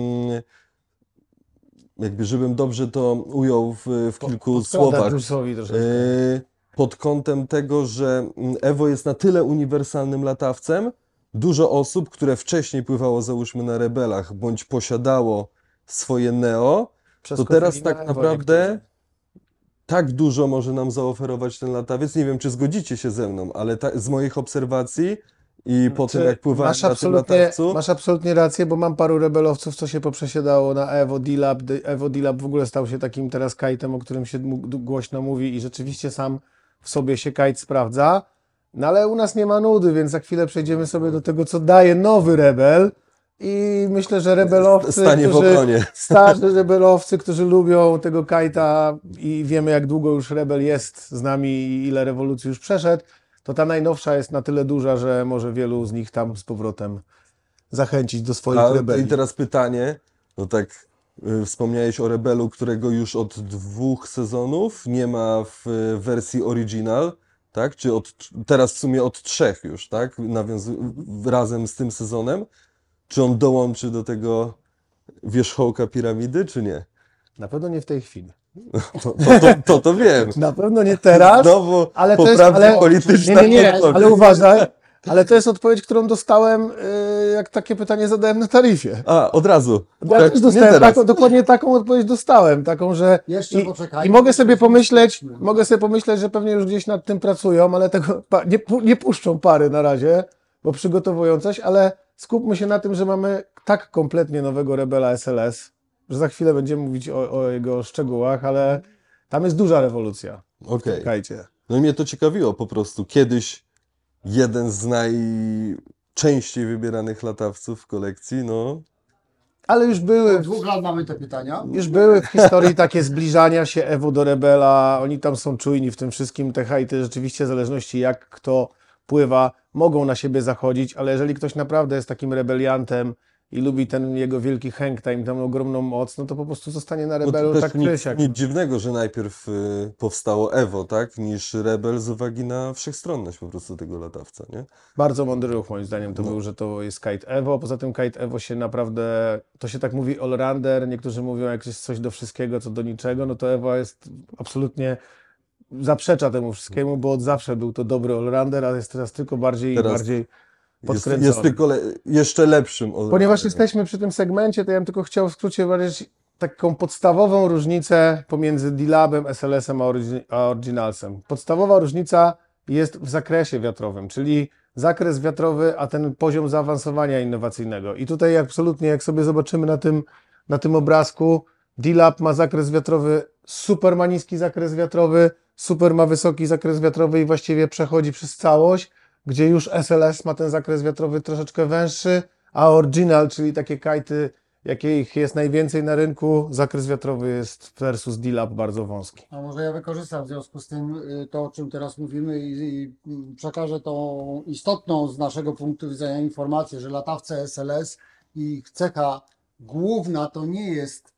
jakby, żebym dobrze to ujął w kilku słowach, Juice'owi troszeczkę. pod kątem tego, że Evo jest na tyle uniwersalnym latawcem, dużo osób, które wcześniej pływało załóżmy na Rebelach, bądź posiadało swoje Neo, to teraz Przeskocili tak na Ewo naprawdę niektórzy. tak dużo może nam zaoferować ten latawiec. Nie wiem, czy zgodzicie się ze mną, ale z moich obserwacji i po tym, jak pływałem na tym latawcu, Masz absolutnie rację, bo mam paru rebelowców, co się poprzesiadało na Evo D-Lab. Evo D-Lab w ogóle stał się takim teraz kajtem, o którym się głośno mówi i rzeczywiście sam w sobie się kajt sprawdza. No ale u nas nie ma nudy, więc za chwilę przejdziemy sobie do tego, co daje nowy rebel. I myślę, że rebelowcy, stanie w obronie. starzy rebelowcy, którzy lubią tego kajta i wiemy, jak długo już rebel jest z nami i ile rewolucji już przeszedł, to ta najnowsza jest na tyle duża, że może wielu z nich tam z powrotem zachęcić do swoich I rebelii. teraz pytanie, no tak wspomniałeś o Rebelu, którego już od 2 sezonów nie ma w wersji original, tak? Czy teraz w sumie od 3 już, tak? Razem z tym sezonem. Czy on dołączy do tego wierzchołka piramidy, czy nie? Na pewno nie w tej chwili. To wiem. Na pewno nie teraz. Znowu Ale to jest, poprawnie ale, polityczna nie, odpowiedź. ale uważaj, ale to jest odpowiedź, którą dostałem, jak takie pytanie zadałem na tarifie. A, od razu. Ja Tak, też nie dostałem teraz. dokładnie taką odpowiedź dostałem, taką, że Jeszcze poczekajmy. i mogę sobie pomyśleć, że pewnie już gdzieś nad tym pracują, ale tego nie puszczą pary na razie, bo przygotowują coś, ale skupmy się na tym, że mamy tak kompletnie nowego Rebela SLS, że za chwilę będziemy mówić o jego szczegółach, ale tam jest duża rewolucja. Okej. Czekajcie. No i mnie to ciekawiło po prostu. Kiedyś jeden z najczęściej wybieranych latawców w kolekcji, no Ale już były, Od 2 lat mamy te pytania. już były w historii takie zbliżania się Evo do Rebela. Oni tam są czujni w tym wszystkim. Te hejty rzeczywiście w zależności jak kto pływa, mogą na siebie zachodzić, ale jeżeli ktoś naprawdę jest takim rebeliantem i lubi ten jego wielki hang time, tą ogromną moc, no to po prostu zostanie na to Rebelu też tak nic, czy siak. nic dziwnego, że najpierw powstało Evo, tak, niż Rebel z uwagi na wszechstronność po prostu tego latawca, nie? Bardzo mądry ruch moim zdaniem to No. był, że to jest Kite Evo. Poza tym Kite Evo się naprawdę, to się tak mówi all-rounder, niektórzy mówią jak jest coś do wszystkiego, co do niczego, no to Evo jest absolutnie zaprzecza temu wszystkiemu, bo od zawsze był to dobry all-rounder, a jest teraz tylko bardziej i Teraz bardziej Jest podkręcony. tylko jeszcze lepszym. Ponieważ jesteśmy przy tym segmencie, to ja bym tylko chciał w skrócie powiedzieć taką podstawową różnicę pomiędzy D-Labem, SLS-em a Originalsem. Podstawowa różnica jest w zakresie wiatrowym, czyli zakres wiatrowy, a ten poziom zaawansowania innowacyjnego. I tutaj absolutnie, jak sobie zobaczymy na tym obrazku, D-Lab ma zakres wiatrowy, super ma niski zakres wiatrowy, super ma wysoki zakres wiatrowy i właściwie przechodzi przez całość, gdzie już SLS ma ten zakres wiatrowy troszeczkę węższy, a Original, czyli takie kajty, jakich jest najwięcej na rynku, zakres wiatrowy jest versus D-Lab bardzo wąski. A może ja wykorzystam w związku z tym to, o czym teraz mówimy i przekażę tą istotną z naszego punktu widzenia informację, że latawce SLS, ich cecha główna to nie jest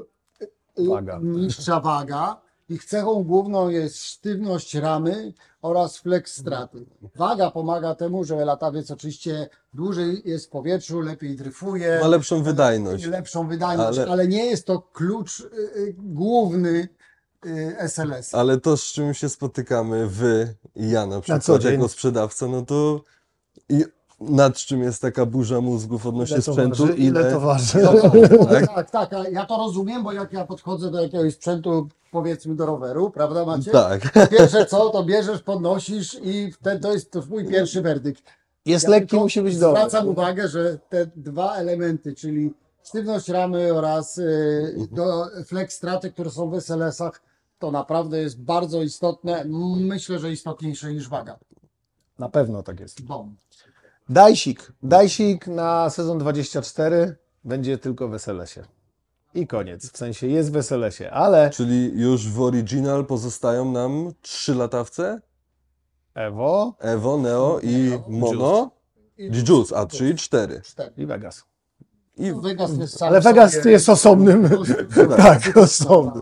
Waga. niższa waga. Ich cechą główną jest sztywność ramy oraz flex straty. Waga pomaga temu, że latawiec oczywiście dłużej jest w powietrzu, lepiej dryfuje. Ma lepszą wydajność. Lepszą wydajność, Ale- ale nie jest to klucz główny SLS. Ale to, z czym się spotykamy wy i ja na co przykład dzień. jako sprzedawca, no to i nad czym jest taka burza mózgów odnośnie sprzętu, Ile to waży? tak? Tak, a ja to rozumiem, bo jak ja podchodzę do jakiegoś sprzętu, powiedzmy do roweru, prawda Macie? Tak. Pierwsze co, to bierzesz, podnosisz i wtedy to jest twój pierwszy werdykt. Jest Ja lekki, tylko musi być dobry. Zwracam uwagę, że te dwa elementy, czyli sztywność ramy oraz do flex straty, które są w SLS-ach, to naprawdę jest bardzo istotne. Myślę, że istotniejsze niż waga. Na pewno tak jest. Bom. Dajsik na sezon 24 będzie tylko w SLS-ie. I koniec. W sensie jest w SLS-ie, ale Czyli już w Original pozostają nam 3 latawce? Evo Evo, Neo i Mono. I Juice, a czyli 4. 4. i Vegas. I Vegas jest sam Ale w Vegas sobie- jest osobnym. Tak, osobny.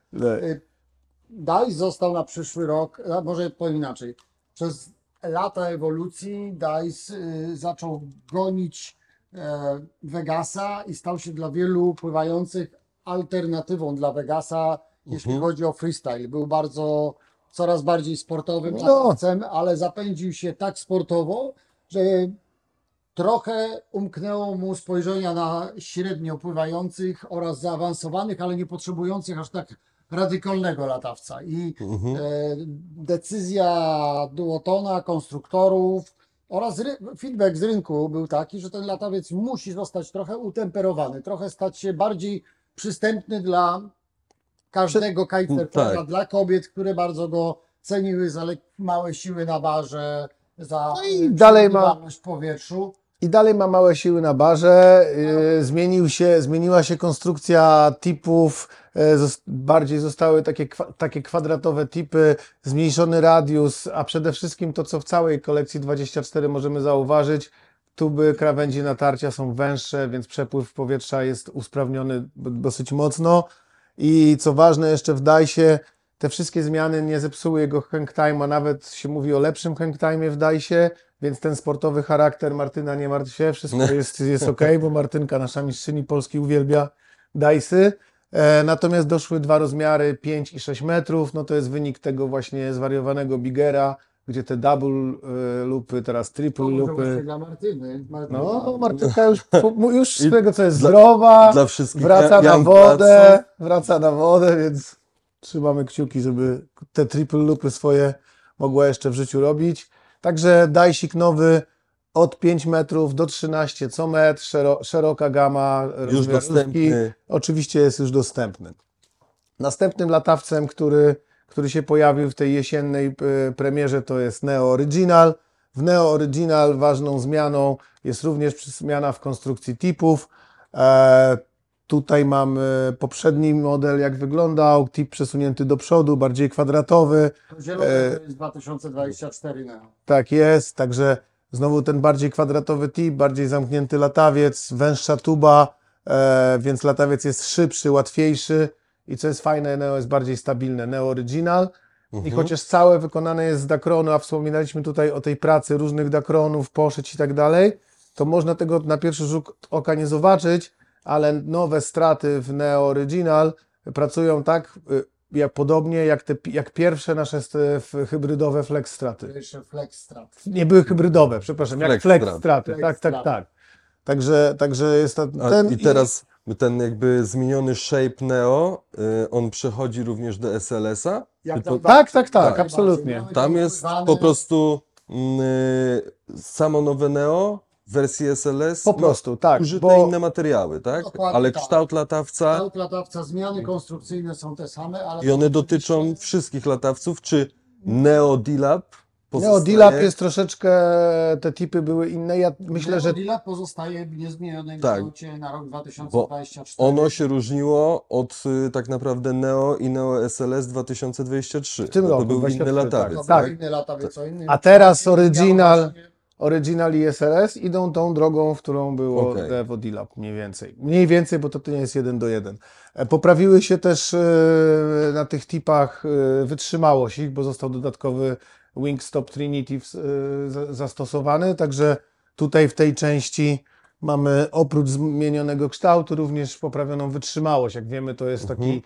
DICE został na przyszły rok, a może powiem inaczej. Przez lata ewolucji DICE zaczął gonić Vegasa i stał się dla wielu pływających alternatywą dla Vegasa, jeśli chodzi o freestyle. Był coraz bardziej sportowym latawcem, ale zapędził się tak sportowo, że trochę umknęło mu spojrzenia na średnio pływających oraz zaawansowanych, ale nie potrzebujących aż tak radykalnego latawca. I decyzja Duotona, konstruktorów oraz feedback z rynku był taki, że ten latawiec musi zostać trochę utemperowany, trochę stać się bardziej przystępny dla każdego kitesurfera, tak. dla kobiet, które bardzo go ceniły za małe siły na barze, za i dalej ma- przewidywalność w powietrzu. I dalej ma małe siły na barze. Zmieniła się konstrukcja tipów. Bardziej zostały takie kwadratowe tipy, zmniejszony radius, a przede wszystkim to, co w całej kolekcji 24 możemy zauważyć, tuby krawędzi natarcia są węższe, więc przepływ powietrza jest usprawniony dosyć mocno. I co ważne, jeszcze w DICE te wszystkie zmiany nie zepsuły jego hang time, a nawet się mówi o lepszym hang time w DICE, więc ten sportowy charakter Martyna, nie martw się, wszystko jest ok, bo Martynka, nasza mistrzyni Polski, uwielbia DICE. Natomiast doszły dwa rozmiary, 5 i 6 metrów, no to jest wynik tego właśnie zwariowanego Bigera, gdzie te double loopy, teraz triple To może właśnie loopy. dla Martyny. No, Martynka już z I tego, co jest dla- zdrowa, dla wszystkich wraca na young wodę, więc trzymamy kciuki, żeby te triple loopy swoje mogła jeszcze w życiu robić. Także dajsik nowy, od 5 metrów do 13 co metr, szeroka gama Już rozmiarówki. dostępny. Oczywiście jest już dostępny. Następnym latawcem, który się pojawił w tej jesiennej premierze, to jest Neo Original. W Neo Original ważną zmianą jest również zmiana w konstrukcji tipów. Tutaj mamy poprzedni model, jak wyglądał, tip przesunięty do przodu, bardziej kwadratowy. Zielony to jest 2024 Neo. Tak jest, także znowu ten bardziej kwadratowy tip, bardziej zamknięty latawiec, węższa tuba, więc latawiec jest szybszy, łatwiejszy i co jest fajne, Neo jest bardziej stabilne, Neo Original. I chociaż całe wykonane jest z Dacronu, a wspominaliśmy tutaj o tej pracy różnych Dacronów, poszyć i tak dalej, to można tego na pierwszy rzut oka nie zobaczyć, ale nowe straty w Neo Original pracują tak podobnie jak pierwsze nasze hybrydowe flex straty. Jeszcze flex strat. Nie były hybrydowe, przepraszam, jak Flex flex straty. straty. Flex Tak. Także jest ten I teraz ten jakby zmieniony shape Neo, on przechodzi również do SLS-a? Jak Czy to- Tak, Tak. absolutnie. Tam jest po prostu samo nowe Neo w wersji SLS. Po prostu, tak. Użyte inne materiały, tak? Dokładnie Ale tak. kształt latawca Kształt latawca, zmiany konstrukcyjne są te same, ale... i one dotyczą wszystkich latawców, czy Neo D-Lab Neo D-Lab jest troszeczkę, te tipy były inne. Ja myślę, że Neo pozostaje w niezmienionym Tak. kształcie na rok 2024. ono się różniło od tak naprawdę Neo i Neo SLS 2023. W tym Bo roku, to był 23, inny latawiec, To tak. był inny latawiec, o innym... A teraz Ja Original, właśnie- Original i SLS idą tą drogą, w którą było Okej. Devo D-Lab mniej więcej. Mniej więcej, bo to nie jest 1:1. Poprawiły się też na tych tipach wytrzymałość ich, bo został dodatkowy Wingstop Trinity zastosowany, także tutaj w tej części mamy oprócz zmienionego kształtu również poprawioną wytrzymałość. Jak wiemy, to jest taki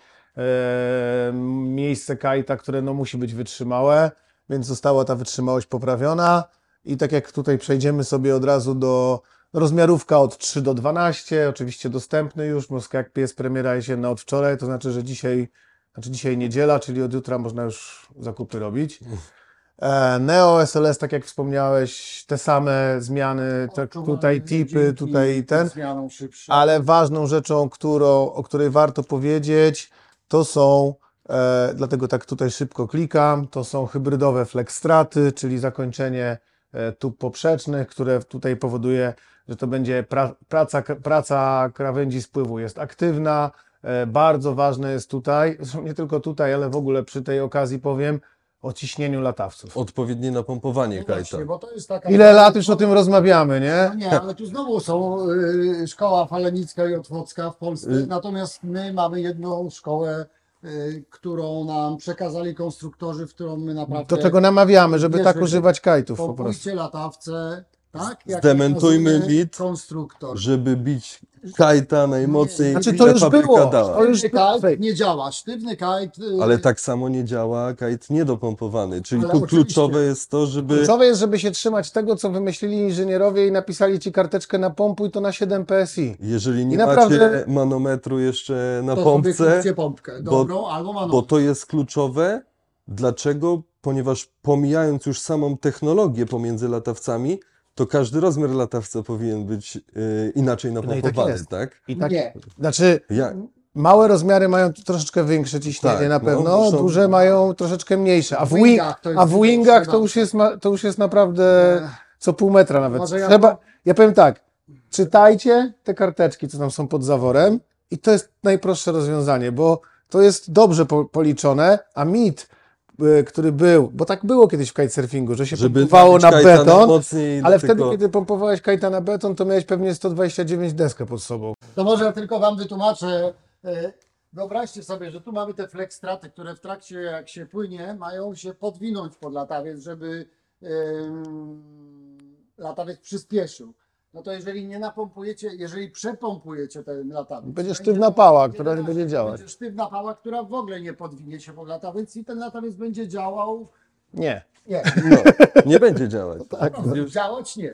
miejsce kajta, które no, musi być wytrzymałe, więc została ta wytrzymałość poprawiona. I tak jak tutaj przejdziemy sobie od razu do rozmiarówka od 3 do 12, oczywiście dostępny już, bo jak pies premiera jesienna od wczoraj, to znaczy, że dzisiaj niedziela, czyli od jutra można już zakupy robić. Neo SLS, tak jak wspomniałeś, te same zmiany, tak, tutaj tipy, Dzięki tutaj ten, zmianom szybszym. ale ważną rzeczą, o której warto powiedzieć, to są, dlatego tak tutaj szybko klikam, to są hybrydowe flexstraty, czyli zakończenie tub poprzecznych, które tutaj powoduje, że to będzie praca krawędzi spływu jest aktywna. Bardzo ważne jest tutaj, zresztą nie tylko tutaj, ale w ogóle przy tej okazji powiem o ciśnieniu latawców. Odpowiednie napompowanie No kajta. właśnie, bo to jest taka... Ile lat już o tym rozmawiamy, nie? No nie, ale tu znowu są szkoła falenicka i otwocka w Polsce, natomiast my mamy jedną szkołę, którą nam przekazali konstruktorzy, w którą my naprawdę... Do tego namawiamy, żeby tak Jeżeli używać kajtów po prostu. Kupujcie latawce, tak? Jak Zdementujmy nakazuje mit, konstruktor. żeby bić kajta najmocniej. Znaczy, ile to już fabryka było. dała. To już Sztywny kajt fake. nie działa. Sztywny kajt... Ale tak samo nie działa kajt niedopompowany. Czyli Ale tu oczywiście. kluczowe jest to, żeby Kluczowe jest, żeby się trzymać tego, co wymyślili inżynierowie i napisali ci karteczkę na pompuj, to na 7 PSI. jeżeli nie I naprawdę- macie manometru jeszcze na to sobie pompce, kupcie pompkę dobrą albo bo manową. to jest kluczowe. Dlaczego? Ponieważ pomijając już samą technologię pomiędzy latawcami, to każdy rozmiar latawca powinien być inaczej i tak napompowany, jest. tak? I tak, Nie. znaczy, małe rozmiary mają troszeczkę większe ciśnienie Tak, na no, pewno, muszą- duże mają troszeczkę mniejsze, W wingach to jest a w wingach to widoczne już jest naprawdę co pół metra nawet. Może Ja powiem tak, czytajcie te karteczki, co tam są pod zaworem i to jest najprostsze rozwiązanie, bo to jest dobrze policzone, a mit, który był, bo tak było kiedyś w kitesurfingu, że się Żeby pompowało nabić na kajta beton, najmocniej, ale tylko- wtedy, kiedy pompowałeś kajta na beton, to miałeś pewnie 129 deskę pod sobą. To może ja tylko Wam wytłumaczę. Wyobraźcie sobie, że tu mamy te flex straty, które w trakcie jak się płynie, mają się podwinąć pod latawiec, żeby latawiec przyspieszył. No to jeżeli nie napompujecie, jeżeli przepompujecie ten latawiec, Będzie sztywna pała, która nie będzie działać. Będzie sztywna pała, która w ogóle nie podwinie się pod latawiec i ten latawiec będzie działał. Nie. Nie, No, nie będzie działać. działać nie.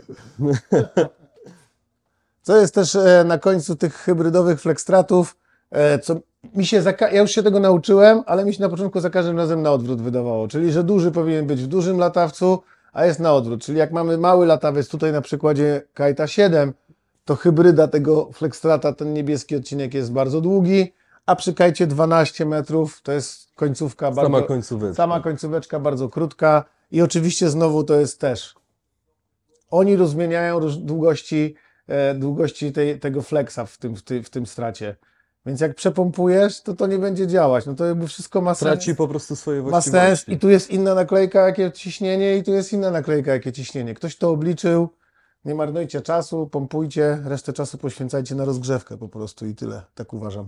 Co jest też na końcu tych hybrydowych flexstratów, co mi się ja już się tego nauczyłem, ale mi się na początku za każdym razem na odwrót wydawało, czyli że duży powinien być w dużym latawcu, a jest na odwrót. Czyli jak mamy mały latawiec, tutaj na przykładzie Kite'a 7, to hybryda tego Flexstrata, ten niebieski odcinek jest bardzo długi, a przy Kite'cie 12 metrów to jest końcówka Sama końcóweczka. sama końcóweczka bardzo krótka i oczywiście znowu to jest też. Oni rozmieniają długości tego flexa w tym stracie. Więc jak przepompujesz, to nie będzie działać. No to jakby wszystko ma sens. Traci po prostu swoje Ma właściwości. sens i tu jest inna naklejka, jakie ciśnienie i tu jest inna naklejka, jakie ciśnienie. Ktoś to obliczył, nie marnujcie czasu, pompujcie, resztę czasu poświęcajcie na rozgrzewkę po prostu i tyle, tak uważam.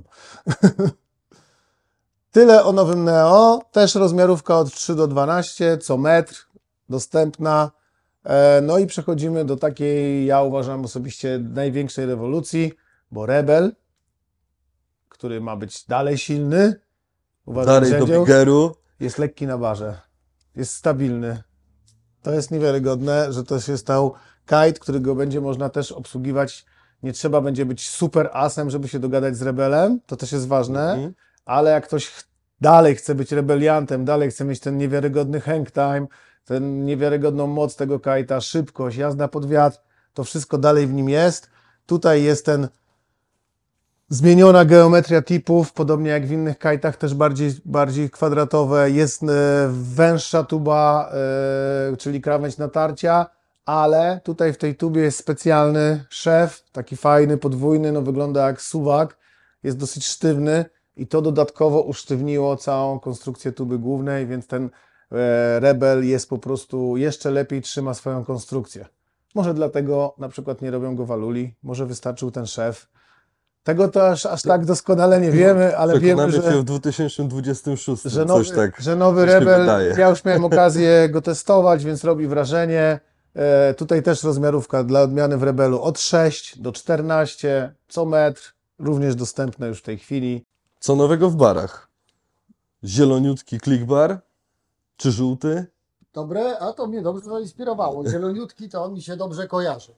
Tyle o nowym Neo, też rozmiarówka od 3 do 12, co metr, dostępna. No i przechodzimy do takiej, ja uważam osobiście, największej rewolucji, bo Rebel, który ma być dalej silny, uważam, Dalej do sędziów, Bigeru. jest lekki na barze, jest stabilny. To jest niewiarygodne, że to się stał kite, którego będzie można też obsługiwać. Nie trzeba będzie być super asem, żeby się dogadać z Rebelem, to też jest ważne, ale jak ktoś dalej chce być rebeliantem, dalej chce mieć ten niewiarygodny hang time, ten niewiarygodną moc tego kite'a, szybkość, jazda pod wiatr, to wszystko dalej w nim jest. Tutaj jest ten zmieniona geometria tipów, podobnie jak w innych kajtach, też bardziej kwadratowe. Jest węższa tuba, czyli krawędź natarcia, ale tutaj w tej tubie jest specjalny szef, taki fajny, podwójny, no wygląda jak suwak, jest dosyć sztywny i to dodatkowo usztywniło całą konstrukcję tuby głównej, więc ten Rebel jest po prostu jeszcze lepiej trzyma swoją konstrukcję. Może dlatego na przykład nie robią go waluli, może wystarczył ten szef. Tego to aż tak doskonale nie wiemy, ale wiemy, Przekonamy się że, w 2026, że, coś nowy, tak. że nowy coś mi Rebel, wydaje. ja już miałem okazję go testować, więc robi wrażenie. Tutaj też rozmiarówka dla odmiany w Rebelu od 6 do 14, co metr, również dostępne już w tej chwili. Co nowego w barach? Zieloniutki clickbar? Czy żółty? Dobre, a to mnie dobrze zainspirowało. Zieloniutki to on mi się dobrze kojarzy.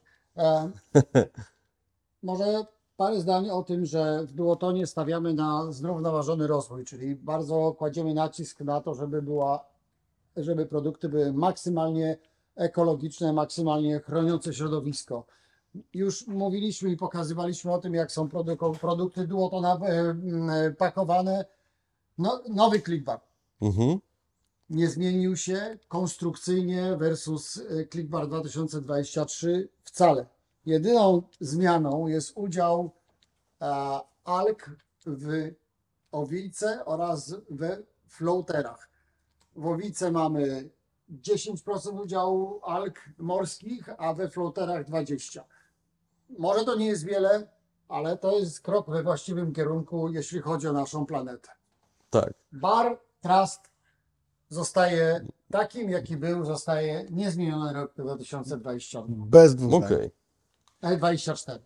Może parę zdań o tym, że w Duotonie stawiamy na zrównoważony rozwój, czyli bardzo kładziemy nacisk na to, żeby produkty były maksymalnie ekologiczne, maksymalnie chroniące środowisko. Już mówiliśmy i pokazywaliśmy o tym, jak są produkty Duotona pakowane. No, nowy clickbar. Nie zmienił się konstrukcyjnie versus clickbar 2023 wcale. Jedyną zmianą jest udział alg w owice oraz we floaterach. W owice mamy 10% udziału alg morskich, a we floaterach 20%. Może to nie jest wiele, ale to jest krok we właściwym kierunku, jeśli chodzi o naszą planetę. Tak. Bar Trust zostaje takim, jaki był, zostaje niezmieniony rok 2022. Bez dwóch zdań. Okej. 24.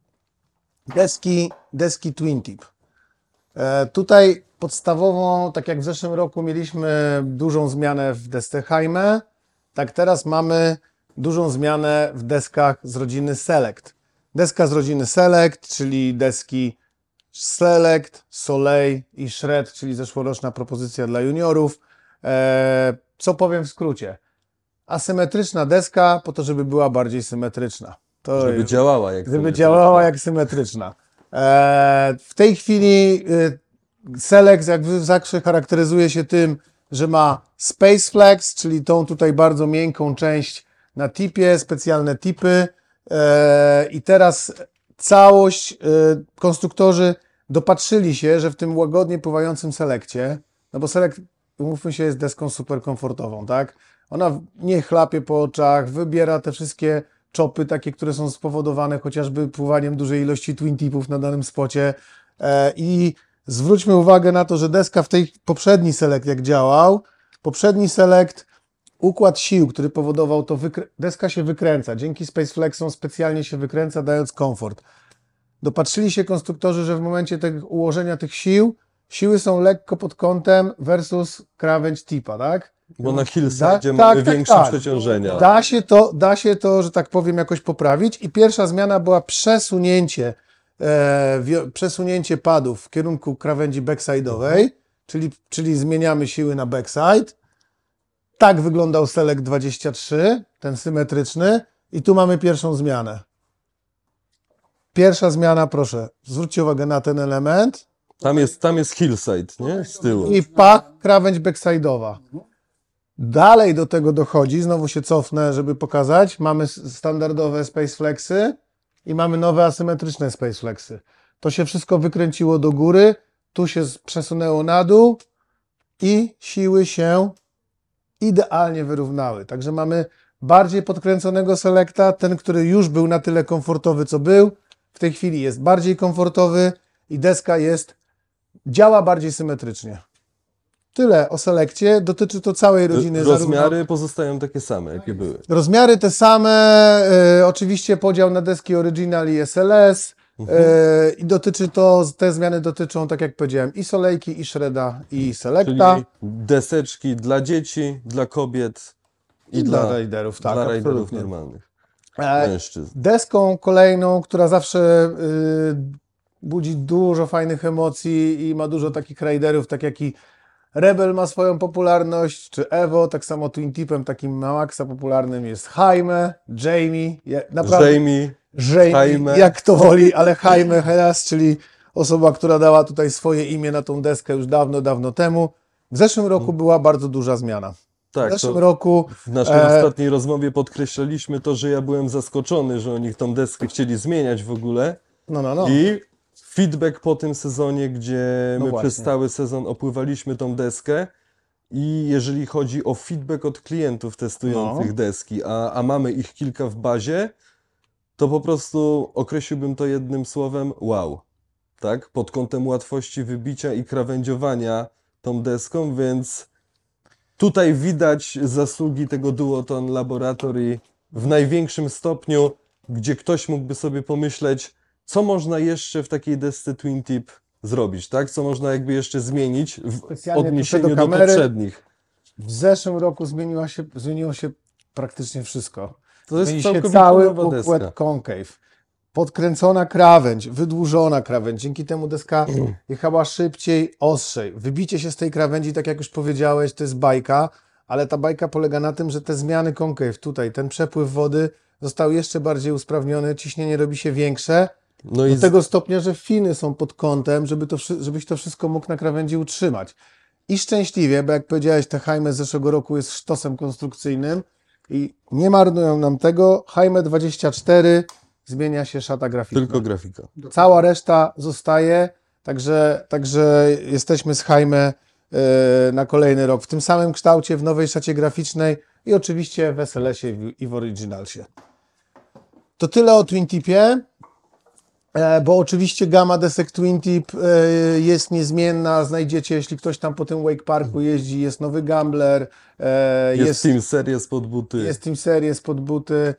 Deski Twin Tip. Tutaj podstawową, tak jak w zeszłym roku mieliśmy dużą zmianę w desce Jaime, tak teraz mamy dużą zmianę w deskach z rodziny Select. Deska z rodziny Select, czyli deski Select, Soleil i Shred, czyli zeszłoroczna propozycja dla juniorów. Co powiem w skrócie? Asymetryczna deska po to, żeby była bardziej symetryczna. To Żeby jest- działała jak Gdyby symetryczna. działała jak symetryczna. W tej chwili Selex jak zawsze charakteryzuje się tym, że ma Space Flex, czyli tą tutaj bardzo miękką część na tipie, specjalne tipy i teraz całość konstruktorzy dopatrzyli się, że w tym łagodnie pływającym Selekcie, no bo Select, umówmy się, jest deską super komfortową, tak? Ona nie chlapie po oczach, wybiera te wszystkie czopy takie, które są spowodowane chociażby pływaniem dużej ilości twin tipów na danym spocie i zwróćmy uwagę na to, że deska w tej poprzedni Select jak działał, poprzedni Select, układ sił, który powodował to, deska się wykręca, dzięki Space Flexom specjalnie się wykręca, dając komfort. Dopatrzyli się konstruktorzy, że w momencie ułożenia tych siły są lekko pod kątem versus krawędź tipa, tak? Bo na hillside mamy większe przeciążenia. Da się to, że tak powiem, jakoś poprawić i pierwsza zmiana była przesunięcie padów w kierunku krawędzi backside'owej, czyli zmieniamy siły na backside Tak wyglądał Select 23, ten symetryczny. I tu mamy pierwszą zmianę. Pierwsza zmiana, proszę, zwróćcie uwagę na ten element. Tam jest hillside, nie? Z tyłu. I krawędź backside'owa. Dalej do tego dochodzi, znowu się cofnę, żeby pokazać. Mamy standardowe Space Flexy i mamy nowe asymetryczne Space Flexy. To się wszystko wykręciło do góry, tu się przesunęło na dół i siły się idealnie wyrównały. Także mamy bardziej podkręconego Selecta, ten, który już był na tyle komfortowy, co był, w tej chwili jest bardziej komfortowy i deska działa bardziej symetrycznie. Tyle o Selectie. Dotyczy to całej rodziny. Rozmiary pozostają takie same, jakie były. Rozmiary te same. Oczywiście podział na deski Original i SLS. I te zmiany dotyczą, tak jak powiedziałem, i Solejki, i Shreda, i Selecta. Czyli deseczki dla dzieci, dla kobiet I dla riderów, tak, dla riderów absolutnie. normalnych. Mężczyzn. Deską kolejną, która zawsze budzi dużo fajnych emocji i ma dużo takich riderów, tak jak i Rebel ma swoją popularność, czy Evo, tak samo Twin Tipem takim na maksa popularnym jest Jaime, Jamie, naprawdę Jamie, Jaime, jak to woli, ale Jaime Heras, czyli osoba, która dała tutaj swoje imię na tą deskę już dawno, dawno temu. W zeszłym roku była bardzo duża zmiana. W tak, zeszłym to roku w naszej ostatniej rozmowie podkreślaliśmy to, że ja byłem zaskoczony, że oni tą deskę chcieli zmieniać w ogóle. no. I feedback po tym sezonie, gdzie No my właśnie. przez cały sezon opływaliśmy tą deskę i jeżeli chodzi o feedback od klientów testujących No. deski, a mamy ich kilka w bazie, to po prostu określiłbym to jednym słowem wow, tak? Pod kątem łatwości wybicia i krawędziowania tą deską, więc tutaj widać zasługi tego Duoton Laboratory w największym stopniu, gdzie ktoś mógłby sobie pomyśleć, co można jeszcze w takiej desce Twin Tip zrobić, tak? Co można jakby jeszcze zmienić w Specjalnie odniesieniu tuszę do do kamery. poprzednich. W zeszłym roku zmieniło się praktycznie wszystko. To jest Zmieni się całkowicie cały nowa układ deska. concave. Podkręcona krawędź, wydłużona krawędź. Dzięki temu deska jechała szybciej, ostrzej. Wybicie się z tej krawędzi, tak jak już powiedziałeś, to jest bajka, ale ta bajka polega na tym, że te zmiany concave, tutaj ten przepływ wody został jeszcze bardziej usprawniony, ciśnienie robi się większe. No i Do tego stopnia, że finy są pod kątem, żebyś to wszystko mógł na krawędzi utrzymać. I szczęśliwie, bo jak powiedziałeś, te Jaime z zeszłego roku jest sztosem konstrukcyjnym i nie marnują nam tego. Jaime 24 zmienia się szata graficzna. tylko grafika. Cała reszta zostaje, także jesteśmy z Jaime na kolejny rok w tym samym kształcie, w nowej szacie graficznej i oczywiście w SLS-ie i w Originalsie. To tyle o Twin Tipie. Bo oczywiście gama desek Twin Tip jest niezmienna, znajdziecie, jeśli ktoś tam po tym Wake Parku jeździ, jest nowy Gambler, Jest Team Series pod buty. jest Team Series pod buty,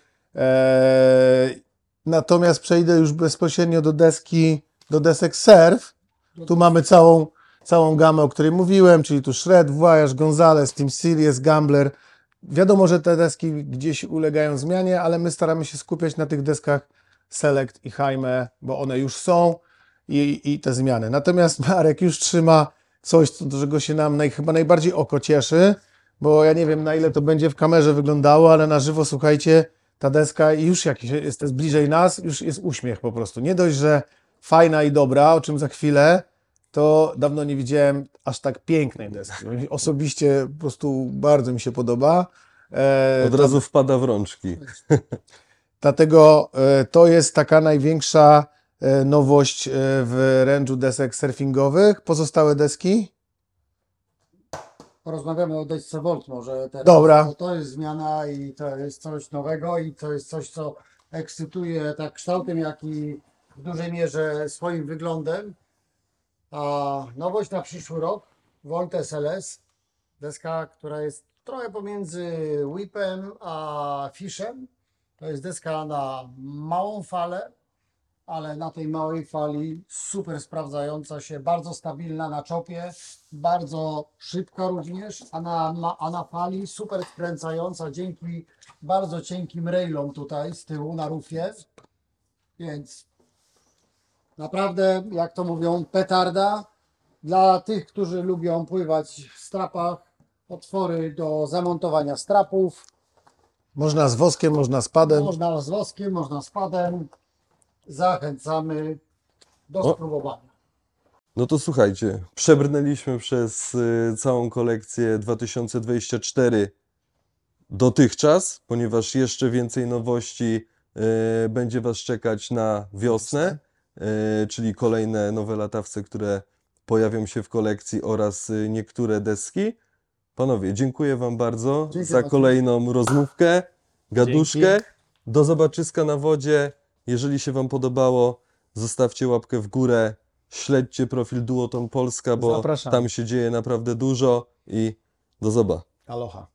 natomiast przejdę już bezpośrednio do desek Surf. Tu mamy całą gamę, o której mówiłem, czyli tu Shred, Voyage, Gonzales, Team Series, Gambler. Wiadomo, że te deski gdzieś ulegają zmianie, ale my staramy się skupiać na tych deskach Select i Jaime, bo one już są i te zmiany. Natomiast Marek już trzyma coś, czego się nam chyba najbardziej oko cieszy, bo ja nie wiem, na ile to będzie w kamerze wyglądało, ale na żywo, słuchajcie, ta deska już jak jest bliżej nas, już jest uśmiech po prostu. Nie dość, że fajna i dobra, o czym za chwilę, to dawno nie widziałem aż tak pięknej deski. Osobiście po prostu bardzo mi się podoba. Od razu wpada w rączki. Dlatego to jest taka największa nowość w range'u desek surfingowych. Pozostałe deski? Porozmawiamy o desce Volt może teraz. Dobra. Bo to jest zmiana i to jest coś nowego i to jest coś, co ekscytuje tak kształtem, jak i w dużej mierze swoim wyglądem. A nowość na przyszły rok, Volt SLS, deska, która jest trochę pomiędzy Whipem a Fishem. To jest deska na małą falę, ale na tej małej fali super sprawdzająca się, bardzo stabilna na czopie, bardzo szybka również, a na fali super skręcająca dzięki bardzo cienkim railom tutaj z tyłu na rufie. Więc naprawdę, jak to mówią, petarda. Dla tych, którzy lubią pływać w strapach, otwory do zamontowania strapów. Można z woskiem, można z padem. Można z woskiem, można z padem. Zachęcamy do spróbowania. No to słuchajcie, przebrnęliśmy przez całą kolekcję 2024 dotychczas, ponieważ jeszcze więcej nowości będzie Was czekać na wiosnę, czyli kolejne nowe latawce, które pojawią się w kolekcji oraz niektóre deski. Panowie, dziękuję Wam bardzo Dziękuję za bardzo. kolejną rozmówkę, gaduszkę. Dzięki. Do zobaczyska na wodzie. Jeżeli się Wam podobało, zostawcie łapkę w górę. Śledźcie profil Duoton Polska, bo Zapraszamy. tam się dzieje naprawdę dużo i do zobaczenia. Aloha.